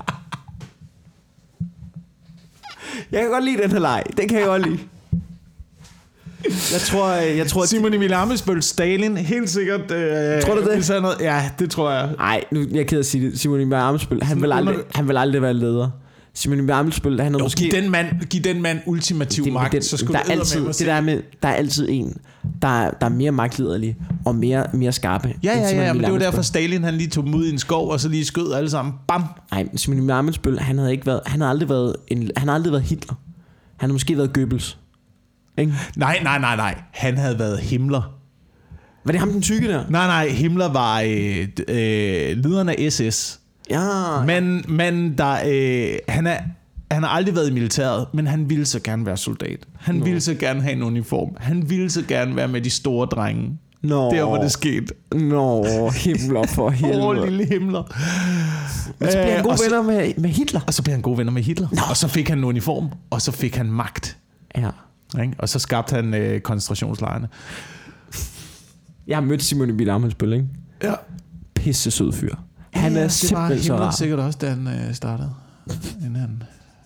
Jeg kan godt lide den her leg. Den kan jeg godt lide. Jeg tror, jeg tror Simon Emil Ammitzbøll Stalin, helt sikkert. Øh, tror du det? Sådan noget. Ja, det tror jeg. Nej, nu jeg er ked af at sige det. Simon Emil Ammitzbøll, han vil aldrig, han vil aldrig være leder. Simon Emil Ammitzbøll, han havde jo, måske... Giv den mand, giv den mand ultimativ det, magt, den, så skulle der du er altid, det der med, der er altid en, der er, der er mere magtliderlig og mere, mere skarpe. Ja, ja, ja, ja, men det var derfor Stalin, han lige tog dem ud i en skov, og så lige skød alle sammen. Bam! Nej, Simon Emil Ammitzbøll, han havde ikke været, han havde aldrig været, en, han havde aldrig været Hitler. Han havde måske været Goebbels. Ikke? Nej, nej, nej, nej. Han havde været Himmler. Var det ham den tykke der? Nej, nej, Himmler var øh, øh, lederen af S S. Ja. Men, men der, øh, han, er, han har aldrig været i militæret, men han ville så gerne være soldat. Han Nå. ville så gerne have en uniform. Han ville så gerne være med de store drenge. Nå. Der var det sket. Nå, Himmler for helvede. Åh, lille Himmler. Men så bliver han gode venner med, med Hitler. Og så bliver han gode venner med Hitler. Nå. Og så fik han en uniform, og så fik han magt. Ja. Og så skabte han øh, koncentrationslejrene. Jeg har mødt Simon Emil Ammitzbøll, ikke? Ja. Pisse sød fyr. Han ja, er det simpelthen så rar. Det var sikkert også, da han øh, startede. Inden han...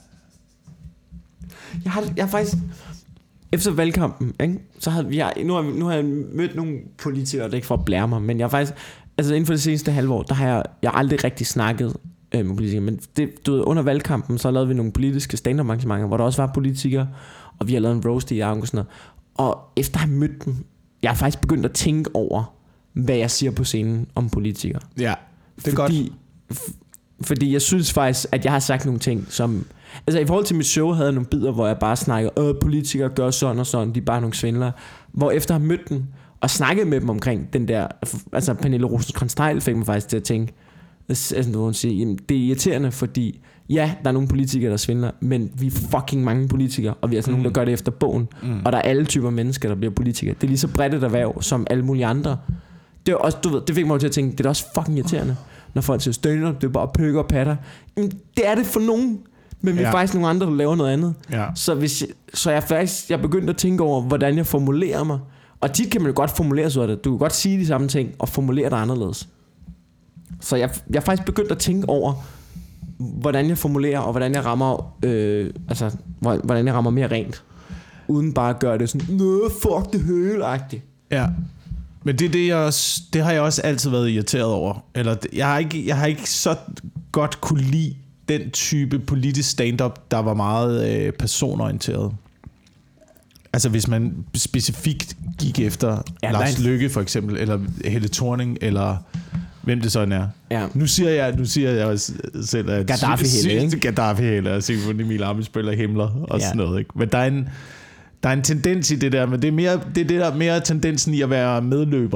Jeg har, jeg har faktisk... Efter valgkampen, ikke? Så havde vi... Jeg, nu, har, nu har jeg mødt nogle politikere, det er ikke for at blære mig, men jeg har faktisk... Altså inden for det seneste halve år, der har jeg, jeg har aldrig rigtig snakket øh, med politikere. Men det, du ved, under valgkampen, så lavede vi nogle politiske stand-up arrangementer, hvor der også var politikere, og vi har lavet en roast i aften og sådan noget. Og efter at have mødt dem, jeg har faktisk begyndt at tænke over, hvad jeg siger på scenen om politikere. Ja, det er fordi, godt. F- fordi jeg synes faktisk, at jeg har sagt nogle ting, som... Altså i forhold til mit show havde jeg nogle bidder, hvor jeg bare snakker, øh, politikere gør sådan og sådan, de er bare nogle svindlere. Hvor efter at have mødt dem, og snakket med dem omkring den der... Altså Pernille Rosenkrantz-Theil fik mig faktisk til at tænke, altså nu vil sige, jamen, det er irriterende, fordi ja, der er nogle politikere, der svindler, men vi er fucking mange politikere, og vi er altså mm. nogen, der gør det efter bogen. Mm. Og der er alle typer mennesker, der bliver politikere. Det er lige så bredt et erhverv, som alle mulige andre. Det, er også, du ved, det fik mig til at tænke, det er da også fucking irriterende, når folk siger, stønner, det er bare pykker og patter. Jamen, det er det for nogen, men vi er ja. faktisk nogle andre, der laver noget andet. Ja. Så, hvis jeg, så jeg faktisk jeg begyndte at tænke over, hvordan jeg formulerer mig. Og tit kan man jo godt formulere sig det. Du kan godt sige de samme ting, og formulere det anderledes. Så jeg, jeg er faktisk begyndt at tænke over, hvordan jeg formulerer, og hvordan jeg rammer, øh, altså, hvordan jeg rammer mere rent. Uden bare at gøre det sådan, nå, fuck det høl-agtigt. Ja. Men det, det, jeg også, det har jeg også altid været irriteret over. Eller jeg har ikke, jeg har ikke så godt kunne lide den type politisk stand-up, der var meget øh, personorienteret. Altså hvis man specifikt gik efter ja, Lars nej. Løkke for eksempel, eller Helle Thorning, eller hvem det sådan er. Ja. Nu siger jeg, nu siger jeg også selv, at Gaddafi-Helle, ikke? Gaddafi-Helle, og Simon Emil Ammitzbøll og Himmler og ja. sådan noget, ikke? Men der er en der er en tendens i det der, men det er mere det er det der mere tendensen i at være medløber.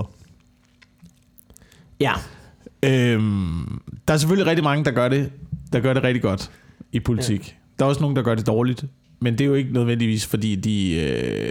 Ja. Øhm, der er selvfølgelig rigtig mange der gør det, der gør det rigtig godt i politik. Ja. Der er også nogen der gør det dårligt, men det er jo ikke nødvendigvis fordi de øh,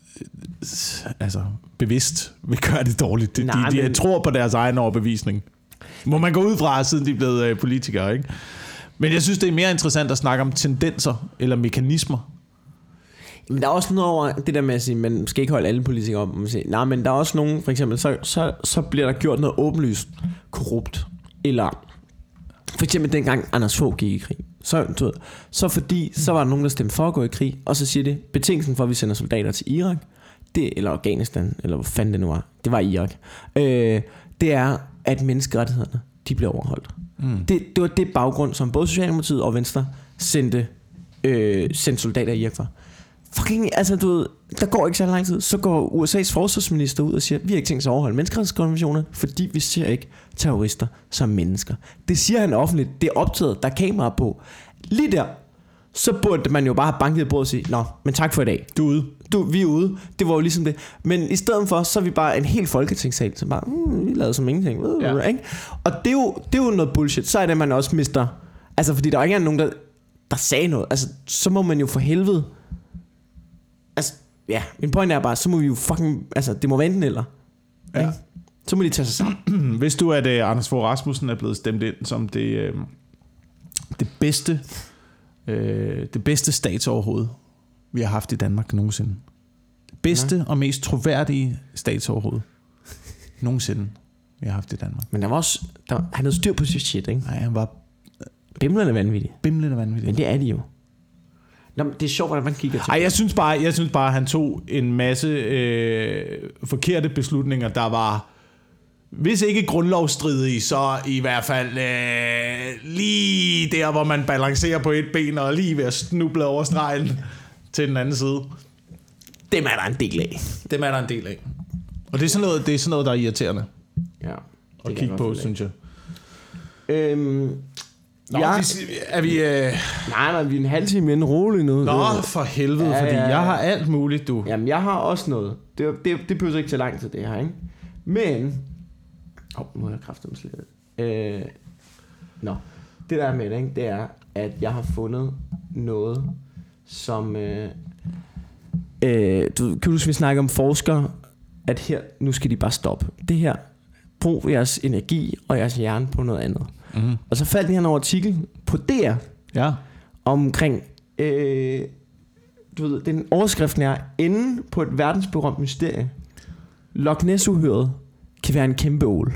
altså bevidst vil gøre det dårligt. De, Nej, de, de men... tror på deres egen overbevisning. Må man gå ud fra, siden de er blevet øh, politikere, ikke? Men jeg synes det er mere interessant at snakke om tendenser eller mekanismer. Men der er også noget over det der med at sige, man skal ikke holde alle politikere op. Nej, men der er også nogen, for eksempel, så, så, så bliver der gjort noget åbenlyst korrupt. Eller for eksempel dengang Anders Fogh gik i krig. Så, du ved, så fordi, så var der nogen, der stemte for at gå i krig, og så siger det, betingelsen for, at vi sender soldater til Irak, det, eller Afghanistan, eller hvad fanden det nu var, det var Irak, øh, det er, at menneskerettighederne, de bliver overholdt. Mm. Det, det var det baggrund, som både Socialdemokratiet og Venstre sendte, øh, sendte soldater i Irak for. Fucking, altså du ved, der går ikke så lang tid, så går U S A's forsvarsminister ud og siger, vi har ikke tænkt sig at overholde menneskerettighedskonventioner, fordi vi ser ikke terrorister som mennesker. Det siger han offentligt, det er optaget, der er kameraer på. Lige der, så burde man jo bare have banket på og sige, nå, men tak for i dag. Du er ude. Du, vi er ude. Det var jo ligesom det. Men i stedet for, så er vi bare en helt folketingssal, så bare, mm, vi lavede som ingenting. Ja. Ikke? Og det er, jo, det er jo noget bullshit. Så er det, man også mister, altså fordi der er ikke nogen, der, der sagde noget. Altså, så må man jo for helvede. Altså, ja, min point er bare, så må vi jo fucking, altså, det må være enten eller. Ja. Ikke? Så må de tage sig sammen. Hvis du, at uh, Anders Fogh Rasmussen er blevet stemt ind som det, uh, det bedste, uh, det bedste statsoverhoved, vi har haft i Danmark nogensinde. Det bedste ja. og mest troværdige statsoverhoved nogensinde, vi har haft i Danmark. Men der var også, der, han havde styr på sit shit, ikke? Nej, han var bimlende vanvittig. Bimlende vanvittig. Men det er de jo. Nå, det er sjovt, hvordan man kigger til. Ej, jeg synes bare, jeg synes bare, han tog en masse øh, forkerte beslutninger, der var hvis ikke grundlovsstridige, så i hvert fald øh, lige der, hvor man balancerer på et ben og lige ved at snuble over stregen til den anden side. Dem er der en del af. Dem er der en del af. Og det er sådan noget, det er sådan noget der er irriterende Ja. at kigge på, synes jeg. Øhm, Nå, ja. vi, er vi... Øh... Nej, nej, vi er en halv time inden rolig nu. Nå, for helvede, Ja, fordi ja, ja. jeg har alt muligt, du. Jamen, jeg har også noget. Det, det, det behøver ikke til lang tid, det her, ikke? Men... Åh, oh, nu har jeg kraftigt slet. Øh... Nå, det der er med det, ikke? Det er, at jeg har fundet noget, som... Øh... Øh, du, kan du huske, vi snakker om forskere, at her, nu skal de bare stoppe. Det her, brug jeres energi og jeres hjerne på noget andet. Mm. Og så faldt jeg en artikel på D R Ja. omkring, øh, du ved, den overskriften er, inde på et verdensberømt mysterie. Loch Ness-uhyret kan være en kæmpe ål.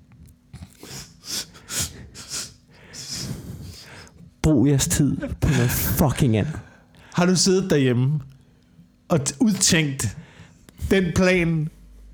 Brug jeres tid på noget fucking andet. Har du siddet derhjemme og t- udtænkt den plan?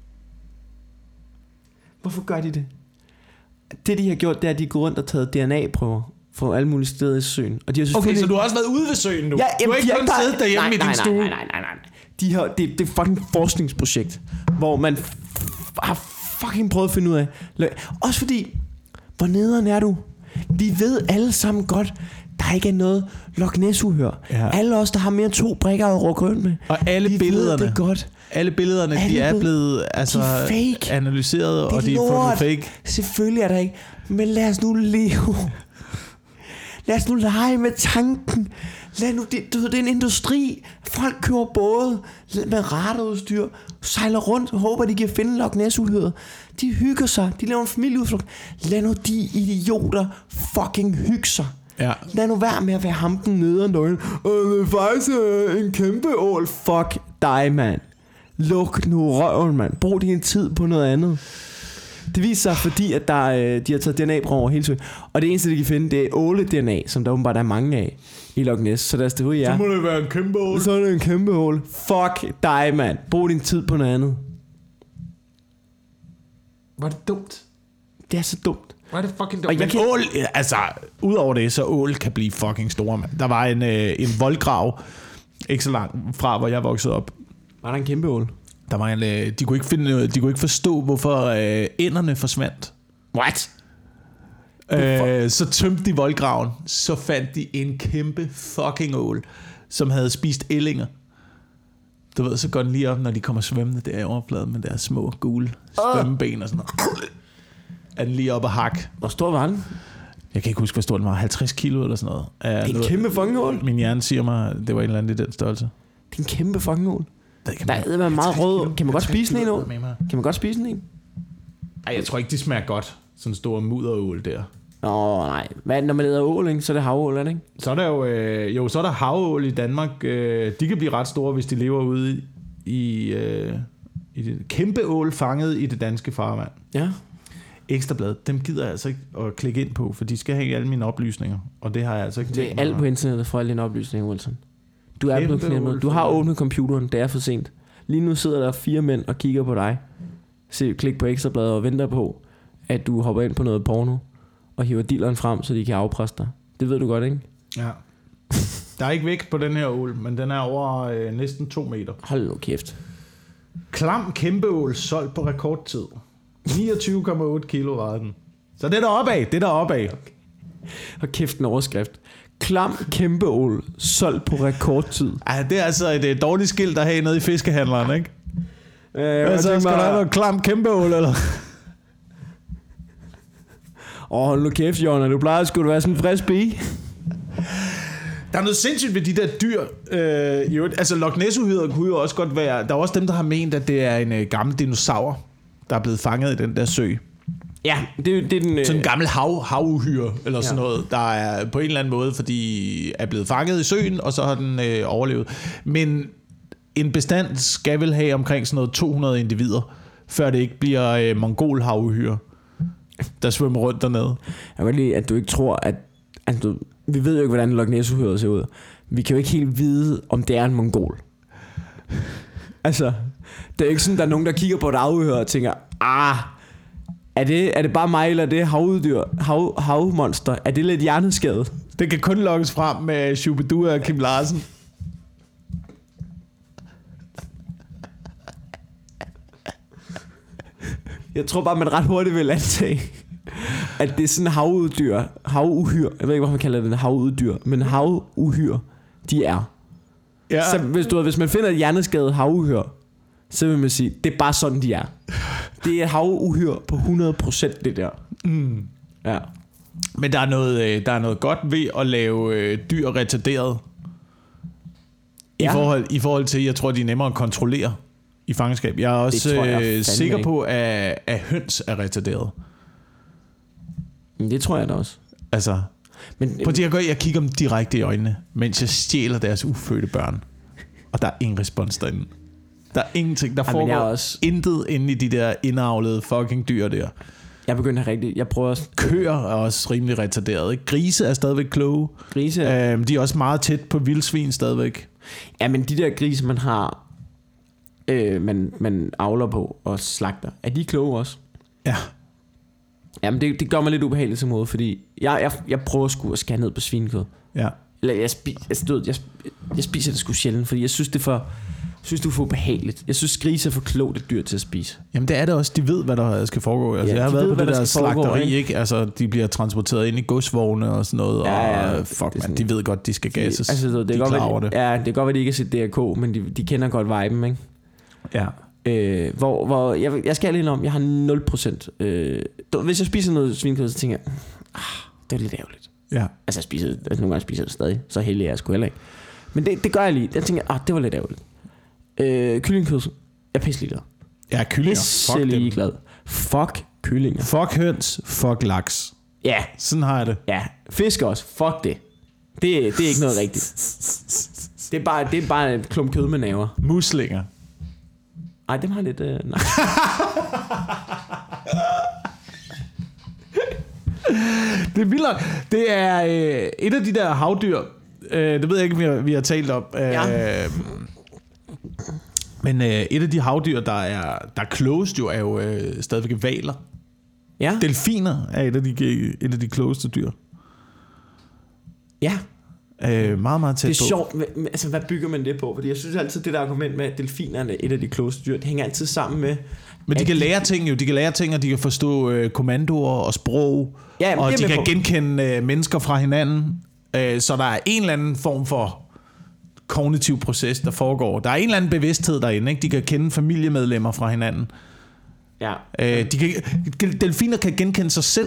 Hvorfor gør de det? Det de har gjort, det er, at de går rundt og taget D N A-prøver fra alle mulige steder i søen. Og de har Okay, så du har også været ude ved søen nu? Ja, du har ikke kun bare... siddet derhjemme nej, i din nej, stue? Nej, nej, nej, nej. De har, det, det er fucking forskningsprojekt, hvor man f- har fucking prøvet at finde ud af. Også fordi, hvor nederen er du? Vi ved alle sammen godt, der ikke er noget Loch Ness-uhyre. Ja. Alle os, der har mere end to brækker at råbe rundt med. Og alle vi billederne, ved det godt. alle billederne, alle de er billed- blevet altså, de er fake. analyseret, Det er og de er lort. fundet fake. Selvfølgelig er der ikke. Men lad os nu leve. Lad os nu lege med tanken. Lad nu, det, du ved, det er en industri. Folk køber både med radarudstyr, sejler rundt og håber, de kan finde Loch Ness-uhyret. De hygger sig. De laver en familieudflugt. Lad nu de idioter fucking hygge sig. Ja. Lad nu være med at være ham den nederen døgn. Øh, det er faktisk øh, en kæmpe ål. Fuck dig, mand. Luk nu røven, mand. Brug din tid på noget andet. Det viser sig, fordi at der, øh, de har taget D N A-prøver over hele søen. Og det eneste, de kan finde, det er åle-D N A, som der åbenbart er mange af i Loch Ness. Så deres teori er... Så må det være en kæmpe ål. Så er det en kæmpe ål. Fuck dig, mand. Brug din tid på noget andet. Var det dumt? Det er så dumt. Var det fucking dumt? Og jeg Men kan- ål, altså, udover det, så ål kan blive fucking store, mand. Der var en, øh, en voldgrav, ikke så langt fra, hvor jeg voksede op. Var der en kæmpe ål? Der var en, øh, de kunne ikke finde, de kunne ikke forstå, hvorfor øh, ænderne forsvandt. What? Øh, så tømte de voldgraven, så fandt de en kæmpe fucking ål, som havde spist ællinger. Du ved, så går den lige op, når de kommer svømmende der i overfladen med deres små gule svømmeben og sådan noget. Er den lige op og hak. Hvor stor var den? Jeg kan ikke huske, hvor stor den var. halvtreds kilo eller sådan noget. Det er en kæmpe fucking ål. Min hjerne siger mig, det var en eller anden i den størrelse. Det er en kæmpe fucking ål. Det kan Der er man meget rød. Kan man godt spise sådan en ål? Med mig. Kan man godt spise sådan en? Ej, jeg tror ikke, de smager godt. Sådan en stor mudderål der. Åh, nej. Hvad når man æder ål, ikke? Så er det havål, er det ikke? Så er der jo, øh, jo, så er der havål i Danmark. Øh, de kan blive ret store, hvis de lever ude i, øh, i det kæmpe ål fanget i det danske farvand. Ja. Ekstrabladet, dem gider jeg altså ikke at klikke ind på, for de skal have alle mine oplysninger. Og det har jeg altså ikke Det tænkt er mig alt at- på internettet for alle dine oplysninger, Wilson. Du er Kæmpe blevet knæmmet. ål Du har for- åbnet computeren. Det er for sent. Lige nu sidder der fire mænd og kigger på dig. Se, klik på Ekstrabladet og venter på, at du hopper ind på noget porno og hiver dealeren frem, så de kan afpresse dig. Det ved du godt, ikke? Ja. Der er ikke vægt på den her ål, men den er over øh, næsten to meter. Hold nu kæft. Klam kæmpeål solgt på rekordtid. niogtyve komma otte kilo vejede den. Så det er der opad, det er der opad. Og kæft en overskrift. Klam kæmpe ål solgt på rekordtid. Ej, det er altså et, et dårligt skilt at have nede i fiskehandleren, ikke? Øh, jeg Altså, tænker skal der mig- have noget klam kæmpeål, eller? Åh, hold nu kæft, Jonna. Du plejer sgu at være sådan en frisk pige. Der er noget sindssygt ved de der dyr. Øh, jo, altså, Loch Ness-uhyret kunne jo også godt være... Der er også dem, der har ment, at det er en øh, gammel dinosaur, der er blevet fanget i den der sø. Ja, det, det er den... Øh... Sådan en gammel hav, havuhyre, eller sådan Ja. noget, der er på en eller anden måde, fordi er blevet fanget i søen, og så har den øh, overlevet. Men en bestand skal vel have omkring sådan noget to hundrede individer, før det ikke bliver øh, mongol havuhyre, der svømmer rundt dernede. Jeg kan godt lide, at du ikke tror, at... Altså, du, vi ved jo ikke, hvordan Loch Ness-uhyret ser ud. Vi kan jo ikke helt vide, om det er en mongol. Altså, det er ikke sådan, der er nogen, der kigger på et afhør og tænker, ah, Er det, er det bare mig, eller er det havuddyr, hav, havmonster? Er det lidt hjerneskadet? Det kan kun lokkes frem med Shubidua og Kim Larsen. Jeg tror bare, man ret hurtigt vil antage, at det er sådan havuddyr, havuhyr. Jeg ved ikke, hvad man kalder det, havuddyr, men havuhyr, de er. Ja. Så hvis, du, hvis man finder et hjerneskadet havuhyr, så vil man sige, det er bare sådan, de er. Det er et havuhyr på hundrede procent, det der. Mm. Ja. Men der er, noget, der er noget godt ved at lave øh, dyr retarderet. I, ja. forhold, I forhold til, jeg tror, de er nemmere at kontrollere i fangenskab. Jeg er også jeg øh, sikker ikke. på, at, at høns er retarderet. Det tror jeg da også. Altså, men, på det, jeg, gør, jeg kigger dem direkte i øjnene, mens jeg stjæler deres ufødte børn. Og der er ingen respons derinde. Der er ingenting. Der foregår også intet inde i de der indavlede fucking dyr der. Jeg begynder rigtig. Jeg prøver også. Køer er også rimelig retarderet. Ikke? Grise er stadigvæk kloge. Grise. Øhm, de er også meget tæt på vildsvin stadigvæk. Ja, men de der grise man har, øh, man man avler på og slagter, er de kloge også? Ja. Jamen det, det gør mig lidt ubehageligt som måde, fordi jeg jeg jeg prøver sgu at skære ned på svinekød. Ja. Eller jeg spiser jeg, jeg, jeg spiser det sgu sjældent, fordi jeg synes det er for Jeg synes, du er for behageligt. Jeg synes, grise er for klogt et dyr til at spise. Jamen, det er det også. De ved, hvad der skal foregå. Altså, ja, jeg har været ved, på det der slagteri, foregå, ikke? ikke? Altså, de bliver transporteret ind i godsvogne og sådan noget. Ja, ja, og fuck, man, de ved godt, de skal gasses. Altså, det, de er godt, over det. Ja, det er godt, at de ikke har set D R K, men de, de kender godt viben, ikke? Ja. Øh, hvor, hvor jeg, jeg skal lige om, jeg har nul procent. Øh, hvis jeg spiser noget svinekød, så tænker jeg, ah, det er lidt ærgerligt. Ja. Altså, jeg spiser, altså, nogle gange spiser jeg det stadig. Så heldig er jeg sgu heller ikke. Men det, det gør jeg lige. Jeg tænker, ah, det var lidt ærgerligt. Øh, kyllingekød, jeg er pisselig glad. Ja, kyllinger. Pisselig glad. Fuck kyllinger. Fuck høns, fuck laks. Ja. Sådan har jeg det. Ja, fisk også. Fuck det. Det, det er ikke noget rigtigt. Det er bare, det er bare et klump kød med naver. Muslinger. Ej, dem har lidt... Øh, nej. Det er vildt. Det er øh, et af de der havdyr. Øh, det ved jeg ikke, vi har, vi har talt om. Øh, ja. Men øh, et af de havdyr, der er, der er klogest jo, er jo øh, stadigvæk hvaler. Ja. Delfiner er et af de, et af de klogeste dyr. Ja. Øh, meget, meget tæt på. Det er sjovt. Altså, hvad bygger man det på? Fordi jeg synes altid, det der argument med, at delfinerne er et af de klogeste dyr, det hænger altid sammen med... Men de kan lære ting jo. De kan lære ting, og de kan forstå øh, kommandoer og sprog. Ja, og de kan på. genkende øh, mennesker fra hinanden. Øh, så der er en eller anden form for kognitiv proces, der foregår. Der er en eller anden bevidsthed derinde, ikke? De kan kende familiemedlemmer fra hinanden. Ja. Øh, de kan, delfiner kan genkende sig selv.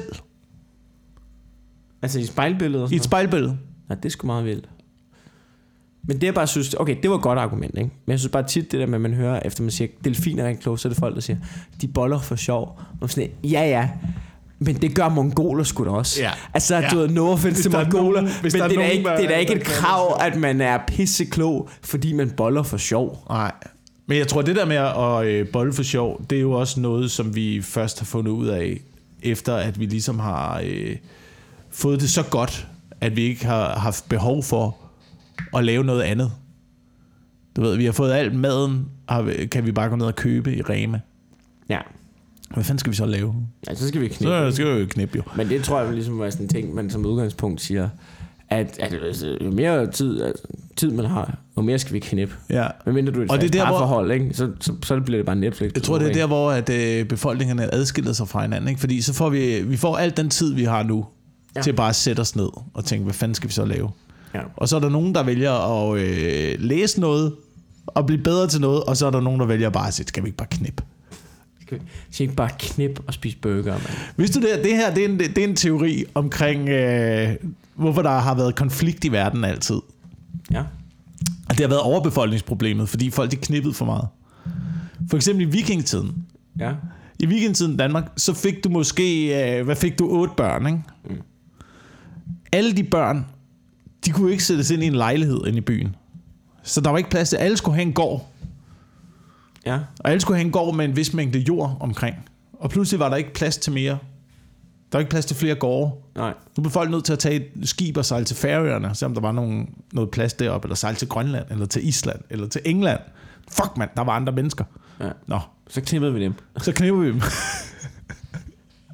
Altså i spejlbilledet? I et spejlbillede. Ja, det er sgu meget vildt. Men det jeg bare synes, okay, det var et godt argument, ikke? Men jeg synes bare tit det der med, at man hører, efter man siger, delfiner er ikke kloge, så er det folk, der siger, de boller for sjov. Og sådan, ja, ja. Men det gør mongoler sgu da også. Ja. Altså, ja. Du ved, no offense til mongoler, men det er, nogen, ikke, det er da ikke et krav, at man er pisseklog, fordi man boller for sjov. Nej. Men jeg tror, det der med at øh, bolle for sjov, det er jo også noget, som vi først har fundet ud af, efter at vi ligesom har øh, fået det så godt, at vi ikke har haft behov for at lave noget andet. Du ved, vi har fået alt maden, og kan vi bare gå ned og købe i Rema. Ja. Hvad fanden skal vi så lave? Ja, så skal vi knippe. Så skal vi jo knippe, jo. Men det tror jeg ligesom er sådan en ting, man som udgangspunkt siger, at, at jo mere tid, altså, tid man har, jo mere skal vi knippe. Ja. Men mindre du er et parforhold, ikke? Så, så, så bliver det bare Netflix. Jeg tror, det er der, hvor at, øh, befolkningerne adskiller sig fra hinanden, ikke? Fordi så får vi, vi får alt den tid, vi har nu, ja. til bare at sætte os ned og tænke, hvad fanden skal vi så lave? Ja. Og så er der nogen, der vælger at øh, læse noget og blive bedre til noget, og så er der nogen, der vælger bare at sige, skal vi ikke bare knippe? Skal vi ikke bare knip og spise burger, man? Vidste du det? Det her det er, en, det er en teori omkring, øh, hvorfor der har været konflikt i verden altid. Ja. Og det har været overbefolkningsproblemet, fordi folk de knippede for meget. For eksempel i vikingetiden. Ja. I vikingetiden i Danmark, så fik du måske, øh, hvad fik du, otte børn, ikke? Mm. Alle de børn, de kunne ikke sættes ind i en lejlighed inde i byen. Så der var ikke plads til, alle skulle have en gård. Ja. Og alle skulle have en gård med en vis mængde jord omkring. Og pludselig var der ikke plads til mere. Der var ikke plads til flere gårde. Nej. Nu blev folk nødt til at tage et skib og sejle til Færøerne, selvom der var nogen, noget plads deroppe, eller sejle til Grønland, eller til Island, eller til England. Fuck mand, der var andre mennesker. Ja. Nå. Så knippede vi dem. Så knippede vi dem.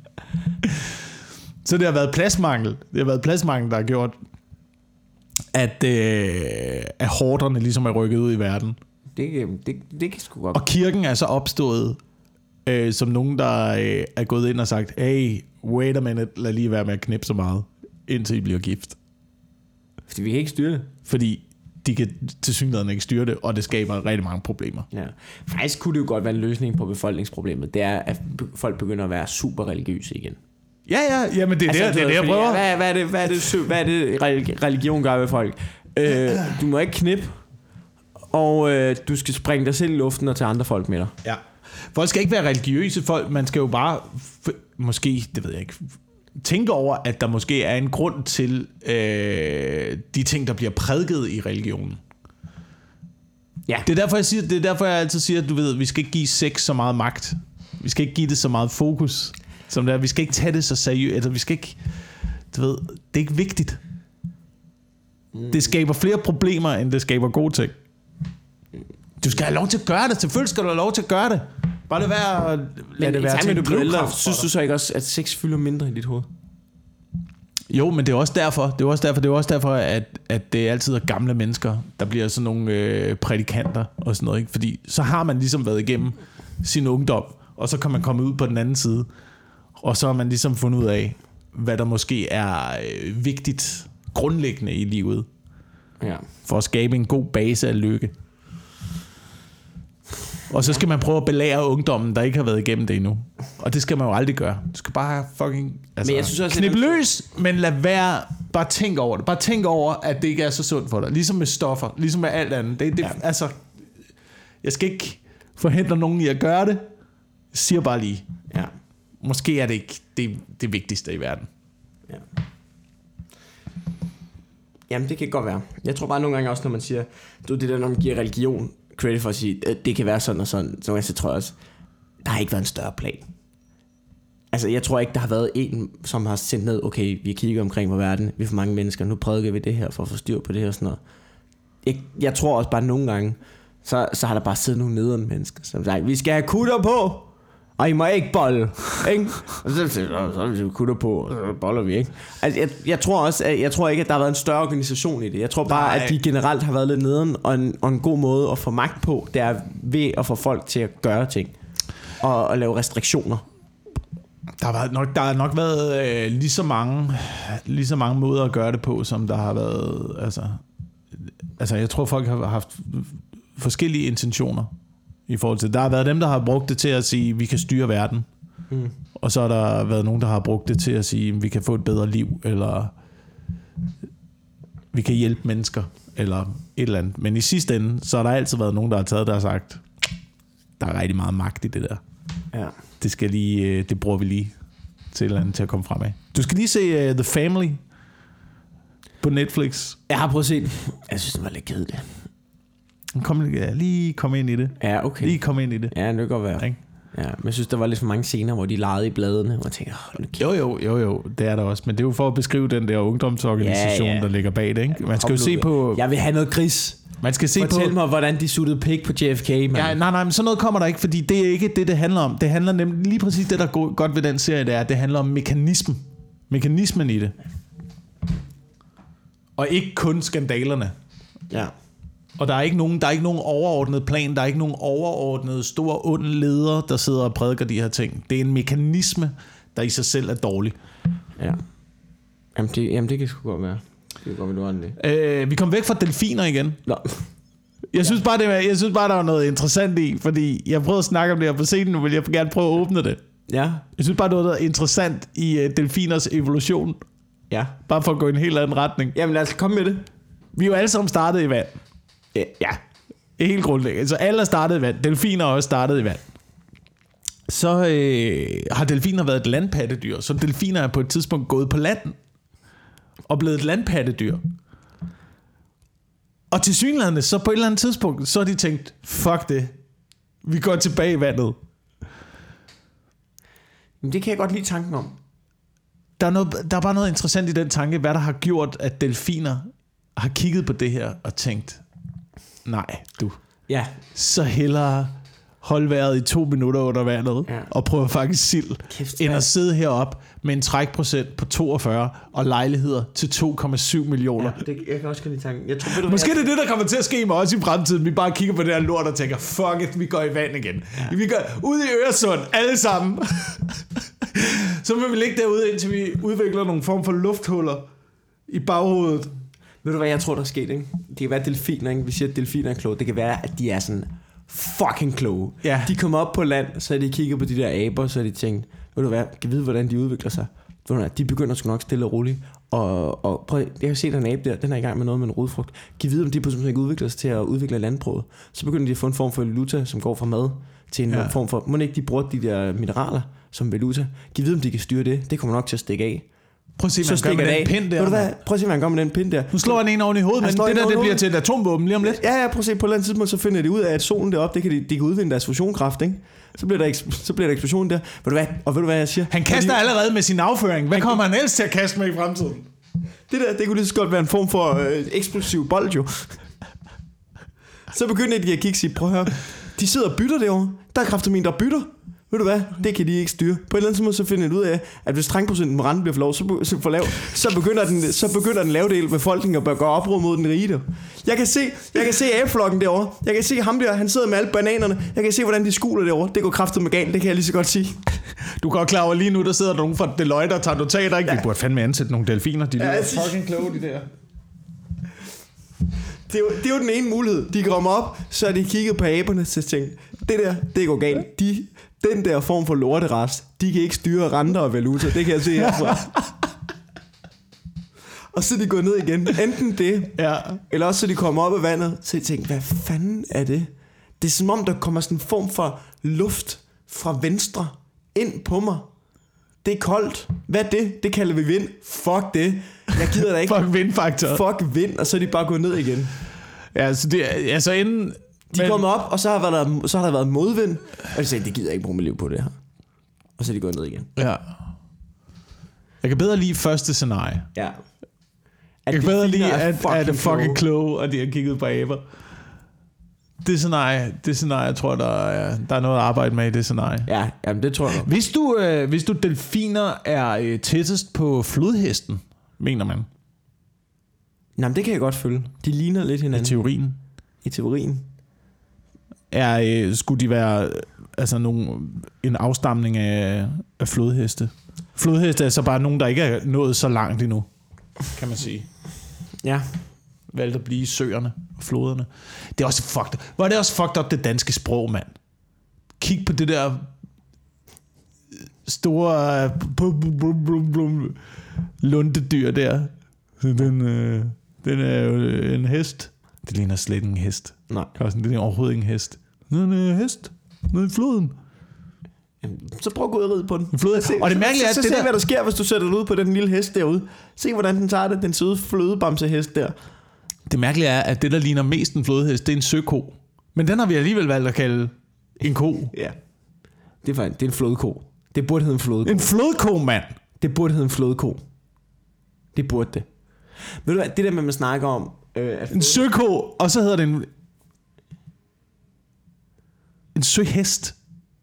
Så det har været pladsmangel. Det har været pladsmangel, der har gjort, at, øh, at horderne ligesom er rykket ud i verden. Det, det, det kan sgu godt. Og kirken er så opstået øh, som nogen, der øh, er gået ind og sagt, hey, wait a minute, lad lige være med at knippe så meget, indtil I bliver gift. Fordi vi kan ikke styre det. Fordi de kan tilsyneladende ikke styre det, og det skaber rigtig mange problemer. Ja. Faktisk kunne det jo godt være en løsning på befolkningsproblemet. Det er, at folk begynder at være super religiøse igen. Ja, ja, ja, men det er altså, det, det, er det, jeg prøver. Hvad, hvad, er det, hvad, er det, hvad er det, religion gør ved folk? Øh, du må ikke knippe, og øh, du skal springe dig selv i luften og tage andre folk med dig. Ja. Folk skal ikke være religiøse folk, man skal jo bare, måske, det ved jeg ikke, tænke over, at der måske er en grund til øh, de ting, der bliver prædiket i religionen. Ja. Det er derfor, jeg siger, det er derfor, jeg altid siger, at du ved, vi skal ikke give sex så meget magt. Vi skal ikke give det så meget fokus, som det er. Vi skal ikke tage det så seriøst. Altså, vi skal ikke, du ved, det er ikke vigtigt. Mm. Det skaber flere problemer, end det skaber gode ting. Du skal have lov til at gøre det. Selvfølgelig skal du have lov til at gøre det. Bare det være, lad det være til en drivkraft. Synes du så ikke også, at sex fylder mindre i dit hoved? Jo, men det er også derfor, det er også derfor, det er også derfor at, at det altid er gamle mennesker, der bliver sådan nogle øh, prædikanter og sådan noget, ikke? Fordi så har man ligesom været igennem sin ungdom, og så kan man komme ud på den anden side, og så har man ligesom fundet ud af, hvad der måske er øh, vigtigt, grundlæggende i livet, ja. For at skabe en god base af lykke. Og så skal man prøve at belære ungdommen, der ikke har været igennem det endnu. Og det skal man jo aldrig gøre. Du skal bare fucking altså, men jeg synes også, knip løs, men lad være. Bare tænk over det. Bare tænk over, at det ikke er så sundt for dig. Ligesom med stoffer. Ligesom med alt andet. Det, det, ja. Altså, jeg skal ikke forhindre nogen i at gøre det. Jeg siger bare lige. Ja. Måske er det ikke det, det vigtigste i verden. Ja. Jamen, det kan godt være. Jeg tror bare nogle gange også, når man siger, du det der, når man giver religion credit for at sige, at det kan være sådan og sådan, så jeg tror jeg også, der har ikke været en større plan. Altså, jeg tror ikke, der har været en, som har sendt ned, okay, vi kigger omkring på verden, vi er for mange mennesker, nu prædiker vi det her, for at få styr på det her og sådan noget. Jeg, jeg tror også bare nogle gange, så, så har der bare siddet nogle nederen mennesker, som siger, vi skal have kutter på, og I må ikke bolle, ikke? Og så, så, så er vi kutter på, og så boller vi, ikke? Altså, jeg, jeg tror også, at, jeg tror ikke, at der har været en større organisation i det. Jeg tror bare, Nej. At de generelt har været lidt nederen, og en, og en god måde at få magt på, det er ved at få folk til at gøre ting, og, og lave restriktioner. Der har, været nok, der har nok været øh, lige, så mange, lige så mange måder at gøre det på, som der har været, altså, altså jeg tror, folk har haft forskellige intentioner. I forhold til, der har været dem, der har brugt det til at sige, vi kan styre verden. Mm. Og så har der været nogen, der har brugt det til at sige, vi kan få et bedre liv, eller vi kan hjælpe mennesker, eller et eller andet. Men i sidste ende, så har der altid været nogen, der har taget der og sagt, der er rigtig meget magt i det der. Ja. Det skal lige, det bruger vi lige til et eller andet til at komme frem af. Du skal lige se uh, The Family på Netflix. Jeg har prøvet at se det. Jeg synes, det var lidt kedeligt. Kom, ja, lige kom ind i det. Ja, okay. Lige kom ind i det. Ja, det kan godt være. Ja, ja, men jeg synes, der var lidt for mange scener, hvor de legede i bladene, og jeg tænker, hold nu kæft. Jo, jo, jo, jo, det er der også. Men det er jo for at beskrive den der ungdomsorganisation, ja, ja. Der ligger bag det, ikke? Man skal jo se på... Jeg vil have noget gris. Man skal se Fortæl på... mig, hvordan de suttede pik på J F K, man. Ja, nej, nej, men sådan noget kommer der ikke, fordi det er ikke det, det handler om. Det handler nemlig lige præcis det, der er godt ved den serie, det er, det handler om mekanismen. Mekanismen i det. Og ikke kun skandalerne. Ja. Og der er ikke nogen, der er ikke nogen overordnet plan, der er ikke nogen overordnet store onde ledere, der sidder og prædiker de her ting. Det er en mekanisme, der i sig selv er dårlig. Ja. Jamen det, jamen det kan sgu godt være. Det kan godt være, du det. Øh, vi kom væk fra delfiner igen. Nå. Jeg synes, bare, det var, jeg synes bare, der var noget interessant i, fordi jeg prøvede at snakke om det her på scenen, nu vil jeg gerne prøve at åbne det. Ja. Jeg synes bare, der var noget interessant i uh, delfiners evolution. Ja. Bare for at gå i en helt anden retning. Jamen lad os komme med det. Vi er jo alle sammen startet i vand. Ja. Helt grundlæggende. Så alle er startet i vand. Delfiner er også startet i vand. Så øh, har delfiner været et landpattedyr. Så delfiner er på et tidspunkt gået på land og blevet et landpattedyr. Og tilsyneladende, så på et eller andet tidspunkt, så har de tænkt, fuck det. Vi går tilbage i vandet. Men det kan jeg godt lide tanken om. Der er, noget, der er bare noget interessant i den tanke, hvad der har gjort, at delfiner har kigget på det her og tænkt, nej, du. Ja. Så hellere holde vejret i to minutter under vandet, Ja. og prøve at fange sild, Kæft, end mand. at sidde heroppe med en trækprocent på toogfyrre og lejligheder til to komma syv millioner. Ja, det, jeg kan også godt lide tanken. Jeg tror, ved du, Måske hvad, det er det, der kommer til at ske med os i fremtiden. Vi bare kigger på det her lort og tænker, fuck it, vi går i vand igen. Ja. Vi går ud i Øresund, alle sammen. Så vil vi ligge derude, indtil vi udvikler nogle form for lufthuller i baghovedet. Ved du hvad jeg tror der er sket, ikke? Det kan være delfiner, ikke? Vi siger at delfiner er kloge. Det kan være at de er sådan fucking kloge. Ja. De kommer op på land, så de kigger på de der aber, så de tænkt, ved du hvad, kan vide hvordan de udvikler sig. Ved du hvad, de begynder sgu nok stille og roligt. Og, og prøv, jeg kan se den abe der, den er i gang med noget med en rodfrugt. Kan vide om de på som ikke udvikler sig til at udvikle landbruget. Så begynder de at få en form for valuta, som går fra mad til en ja. form for, må ikke de bruger de der mineraler som valuta. Kan vide om de kan styre det. Det kommer nok til at stikke af. Prøv at se, hvad han gør med den pind der. Ved du hvad? Prøv at se, hvad han gør med den pind der. Nu slår han en oven i hovedet, men det der, det bliver til et atomvåben lige om lidt. Ja, ja, prøv at se, på et eller andet tidspunkt, så finder de ud af, at solen deroppe, det kan de, de kan udvinde deres fusionkraft, ikke? Så bliver der, så bliver der eksplosion der. Ved du hvad? Og ved du hvad jeg siger? Han kaster de, allerede med sin afføring. Hvad kommer han ellers til at kaste med i fremtiden? Det der, det kunne lige så godt være en form for øh, eksplosiv bold, jo. Så begynder de at kigge og sige, prøv at høre, de sidder og bytter derovre. Der er kraftedeme, der bytter. Ved du hvad? Det kan de ikke styre. På et eller andet tidspunkt så finder de ud af, at hvis strengprocenten med renten bliver for, lov, så, be, så, for lav, så, begynder den, så begynder den lave del af befolkningen at gøre oprør mod den rige der. Jeg kan se, jeg kan se abeflokken derovre. Jeg kan se ham der, han sidder med alle bananerne. Jeg kan se, hvordan de skuler derovre. Det går kraftigt med galt, det kan jeg lige så godt sige. Du er godt klar over, lige nu der sidder nogen fra Deloitte og tager notater, ikke? Ja. Vi burde fandme ansætte nogle delfiner. De ja, er fucking kloge, de der. Det er, jo, det er jo den ene mulighed. De kommer op, så er de kigget på aberne, så tænker det der, det går galt. De, den der form for lorterest, de kan ikke styre renter og valuta. Det kan jeg se herfra. Og så er de gået ned igen. Enten det, ja. eller også så de kommer op af vandet, så jeg tænker, hvad fanden er det? Det er som om, der kommer sådan en form for luft fra venstre ind på mig. Det er koldt. Hvad er det? Det kalder vi vind. Fuck det. Jeg gider da ikke. Fuck vindfaktor. Fuck vind, og så er de bare gået ned igen. Ja, så det er altså inden... De er men... kommet op, og så har, der, så har der været modvind. Og de sagde, det gider jeg ikke bruge mit liv på det her. Og så er de gået ned igen. Ja. Jeg kan bedre lide første scenarie. Ja. At jeg kan bedre lide, at, at det fucking kloge, og de har kigget på aber. Det scenarie, det scenarie, jeg tror, der er, der er noget at arbejde med i det scenarie. Ja, jamen det tror jeg. Hvis du, øh, hvis du delfiner er øh, tættest på flodhesten, mener man? Jamen det kan jeg godt følge. De ligner lidt hinanden. I teorien? I teorien. Er, øh, skulle de være altså nogle, en afstamning af, af flodheste? Flodheste er så bare nogen, der ikke er nået så langt endnu, kan man sige. Ja. Valgte at blive i søerne og floderne. Det er også fucked up. Hvor er det også fucked up, det danske sprog, mand. Kig på det der store lundedyr der. Den, øh, den er jo en hest. Det ligner slet en hest. Nej. Carsten, det er overhovedet ikke en hest. Det er en hest. Nede i floden. Jamen, så prøv at gå ud og ride på den. Flod. Se, og det mærkelige er, så, at så det se, der... hvad der sker, hvis du sætter den ud på den lille hest derude. Se, hvordan den tager det, den søde flødebamsehest der. Det mærkelige er, at det, der ligner mest en flodhest, det er en søko. Men den har vi alligevel valgt at kalde en ko. Ja. Det er, det er en flodko. Det burde hedde en flodko. En flodko, mand. Det burde hedde en flodko. Det burde det. Ved du hvad, det der med, at man snakker om... Øh, at en søko, og så hedder det en... En søhest.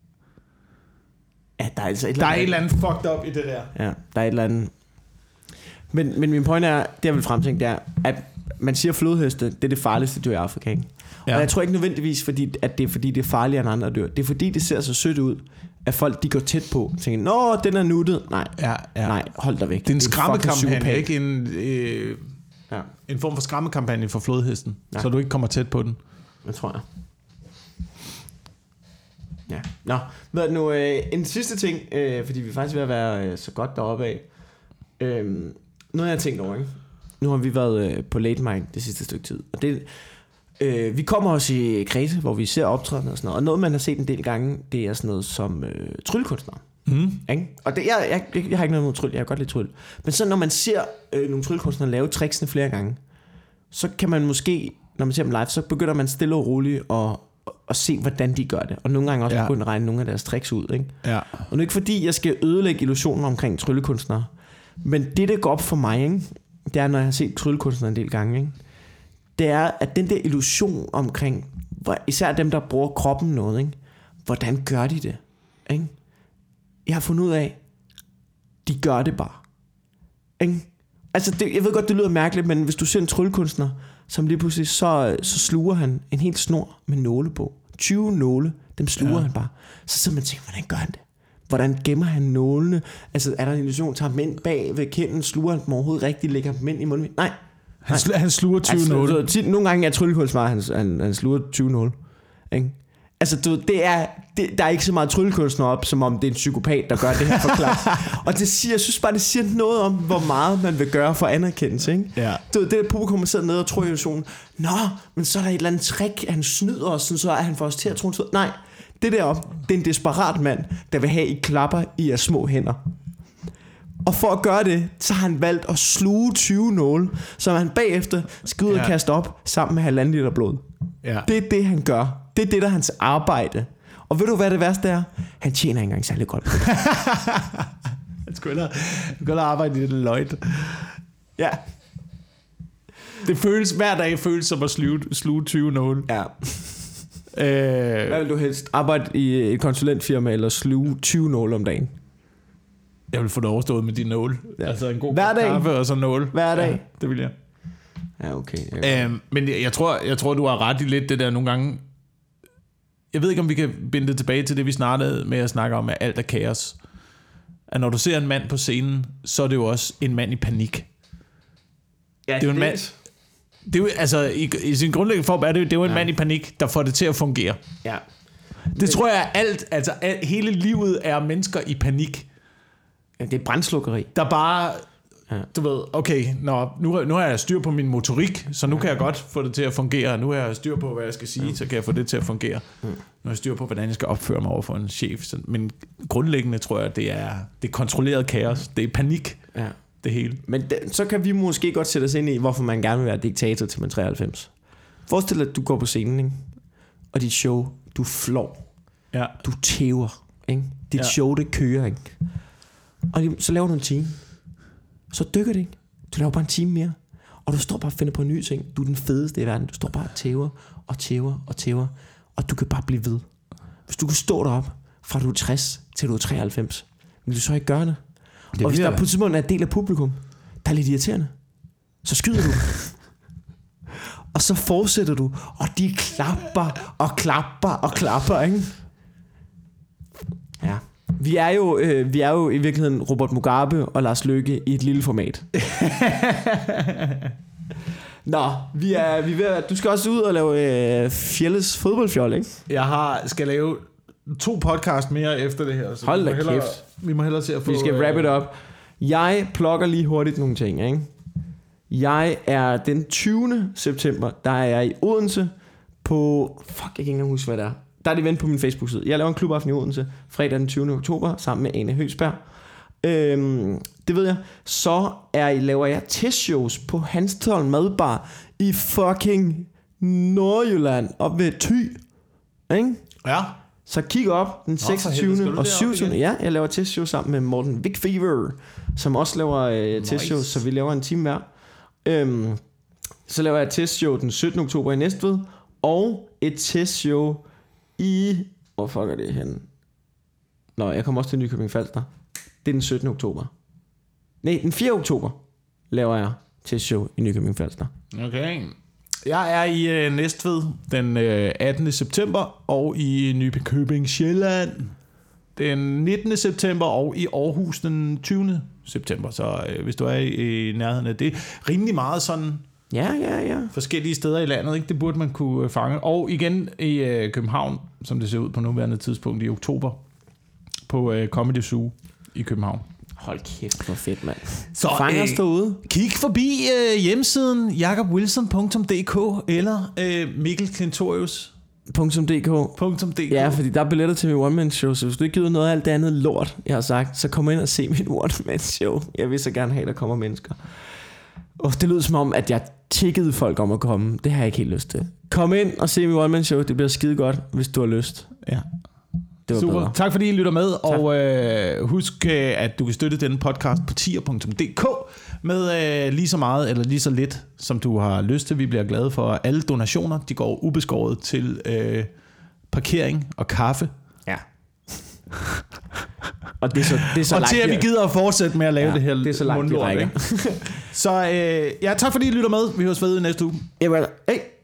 Ja, der er altså et der er et eller andet fucked up i det der. Ja, der er et eller andet... Men, men min pointe er, det jeg vil fremtænke, det er, at man siger flodheste, det er det farligste dyr i Afrika, ikke? Ja. Og jeg tror ikke nødvendigvis, fordi, at det er fordi, det er farligere end andre dyr. Det er fordi, det ser så sødt ud, at folk de går tæt på og tænker, nå, den er nuttet. Nej, ja, ja. nej, hold dig væk. Det er en skræmmekampagne, ikke? En, øh, ja. en form for skræmmekampagne for flodhesten, ja. Så du ikke kommer tæt på den. Det tror jeg. Ja. Nå, hvad nu, øh, en sidste ting, øh, fordi vi er faktisk ved at være øh, så godt deroppe af. Øh, noget jeg har tænkt over, ikke? Nu har vi været øh, på late night det sidste stykke tid, og det, øh, vi kommer også i kredse, hvor vi ser optræden og sådan noget, og noget man har set en del gange, det er sådan noget som øh, tryllekunstnere. Mm. Ikke? Og det, jeg, jeg, jeg har ikke noget mod trylle, jeg kan godt lide trylle. Men så når man ser øh, nogle tryllekunstnere lave tricksene flere gange, så kan man måske, når man ser dem live, så begynder man stille og roligt at og se, hvordan de gør det. Og nogle gange også ja. begynde at regne nogle af deres tricks ud. Ikke? Ja. Og nu er ikke fordi, jeg skal ødelægge illusionen omkring tryllekunstnere. Men det, der går op for mig, ikke? Det er, når jeg har set tryllekunstnere en del gange, ikke? Det er, at den der illusion omkring, især dem, der bruger kroppen noget, ikke? hvordan gør de det? Ikke? Jeg har fundet ud af, de gør det bare. Ikke? Altså, det, jeg ved godt, det lyder mærkeligt, men hvis du ser en tryllekunstner, som lige pludselig, så, så sluger han en helt snor med nåle på. tyve nåle, dem sluger ja. han bare. Så sidder man og tænker, hvordan gør han det? Hvordan gemmer han nålene? Altså, er der en illusion, tager dem ind bag ved kinden, sluger han dem overhovedet rigtigt, lægger dem ind i munden? Nej. Han, sl- han sluger tyve altså, nåle. Så, nogle gange er tryllekunstner, han, han, han sluger tyve nåle. Ikke? Altså, du, det er, det, der er ikke så meget tryllekunstner op, som om det er en psykopat, der gør det her for klart. Og det siger, jeg synes bare, det siger noget om, hvor meget man vil gøre for anerkendelse. Ikke? Ja. Du, det der publikum, man sidder nede og tror i illusionen, nå, men så er der et eller andet trick, han snyder os, så er han for os til at tro. Nej, det deroppe, det er en desperat mand, der vil have I klapper i jeres små hænder. Og for at gøre det, så har han valgt at sluge tyve nåle, som han bagefter skal ud og ja. kaste op sammen med halvanden liter blod. Ja. Det er det, han gør. Det er det, der er hans arbejde. Og ved du, hvad det værste er? Han tjener ikke engang særlig godt. Han skulle hellere arbejde i det løjt. Ja. Det føles, hver dag føles som at sluge, sluge tyve nåle. Ja. Øh, hvad vil du helst? Arbejde i et konsulentfirma eller sluge tyve nåle om dagen? Jeg vil få det overstået med de nåle. Ja. Altså en god hver dag. Kaffe og så nåle. Hver dag. Ja, det vil jeg. Ja, okay. Øhm, men jeg, jeg, tror, jeg tror, du har ret i lidt det der nogle gange. Jeg ved ikke, om vi kan binde det tilbage til det, vi startede med at snakke om, at alt er kaos. At når du ser en mand på scenen, så er det jo også en mand i panik. Ja, det er jo en mand. Det er jo, altså, i, i sin grundlæggende form er det, det er jo en ja. mand i panik, der får det til at fungere. Ja. Det men, tror jeg alt, altså alt, hele livet er mennesker i panik. Ja, det er brandslukkeri. Der bare, ja. du ved, okay, nå, nu, nu har jeg styr på min motorik, så nu ja. kan jeg godt få det til at fungere. Nu har jeg styr på, hvad jeg skal sige, ja. så kan jeg få det til at fungere. Ja. Nu har jeg styr på, hvordan jeg skal opføre mig over for en chef. Men grundlæggende tror jeg, det er, det er kontrolleret kaos. Det er panik, ja. det hele. Men det, så kan vi måske godt sætte os ind i, hvorfor man gerne vil være diktator til man treoghalvfems. Forestil dig, at du går på scenen, ikke? Og dit show, du flår. Ja. Du tæver, ikke? Dit ja. show, det kører, ikke? Og så laver du en time. Så dykker det ikke. Du laver bare en time mere. Og du står bare og finder på en ny ting. Du er den fedeste i verden. Du står bare og tæver og tæver og tæver. Og du kan bare blive ved. Hvis du kan stå derop fra du er tres til du er treoghalvfems, vil du så ikke gøre det? det og hvis der på et tidspunkt er en del af publikum, der er lidt irriterende, så skyder du. Og så fortsætter du. Og de klapper og klapper og klapper, ikke? Ja. Vi er jo øh, vi er jo i virkeligheden Robert Mugabe og Lars Løkke i et lille format. Nå, vi er vi er ved, du skal også ud og lave øh, Fjelles fodboldfjold, ikke? Jeg har skal lave to podcast mere efter det her, så hold da hellere, kæft. Vi må hellere se at få. Vi skal wrap it up. Jeg plukker lige hurtigt nogle ting, ikke? Jeg er den tyvende september, der er jeg i Odense på fuck, jeg kan ikke engang huske hvad det er. Der er et event på min Facebook-side. Jeg laver en klubaften i Odense fredag den tyvende oktober sammen med Ane Høgsberg. Øhm, det ved jeg. Så er, laver jeg testshows på Hanstholm Madbar i fucking Nordjylland op ved Thy. Ikke? Ja. Så kig op den seksogtyvende og syvogtyvende. Ja, jeg laver testshow sammen med Morten Vic Fever, som også laver øh, testshow, nice. Så vi laver en time hver. Øhm, så laver jeg et testshow den syttende oktober i Næstved og et testshow i... Hvor fuck er det henne? Nå, jeg kommer også til Nykøbing Falster. Det er den syttende oktober. Nej, den fjerde oktober laver jeg testshow i Nykøbing Falster. Okay. Jeg er i øh, Næstved den øh, attende september og i Nykøbing Sjælland den nittende september og i Aarhus den tyvende september. Så øh, hvis du er i, i nærheden af det, rimelig meget sådan... Ja, ja, ja. Forskellige steder i landet, ikke? Det burde man kunne fange. Og igen i øh, København, som det ser ud på nuværende tidspunkt i oktober, på øh, Comedy Zoo i København. Hold kæft, hvor fedt, mand. Så fang os øh, derude. Kig forbi øh, hjemmesiden jakob wilson punktum d k eller øh, mikkel klintorius punktum d k. Ja, fordi der er billetter til min one-man-show, så hvis du ikke gider noget af alt det andet lort, jeg har sagt, så kom ind og se mit one-man-show. Jeg vil så gerne have, at der kommer mennesker. Og det lyder som om, at jeg tikkede folk om at komme. Det har jeg ikke helt lyst til. Kom ind og se mit one-man-show. Det bliver skide godt, hvis du har lyst. Ja. Det var super. Bedre. Tak fordi I lytter med. Tak. Og øh, husk, at du kan støtte denne podcast på tier punktum d k med øh, lige så meget eller lige så lidt, som du har lyst til. Vi bliver glade for alle donationer. De går ubeskåret til øh, parkering og kaffe Ja. Og det er så, det er så og langt, til at vi her. gider at fortsætte med at lave Ja, det her det er så langt, de mundlort, rækker. ikke? Så øh, ja, tak fordi I lytter med. Vi høres ved i næste uge. Jamen, Hej.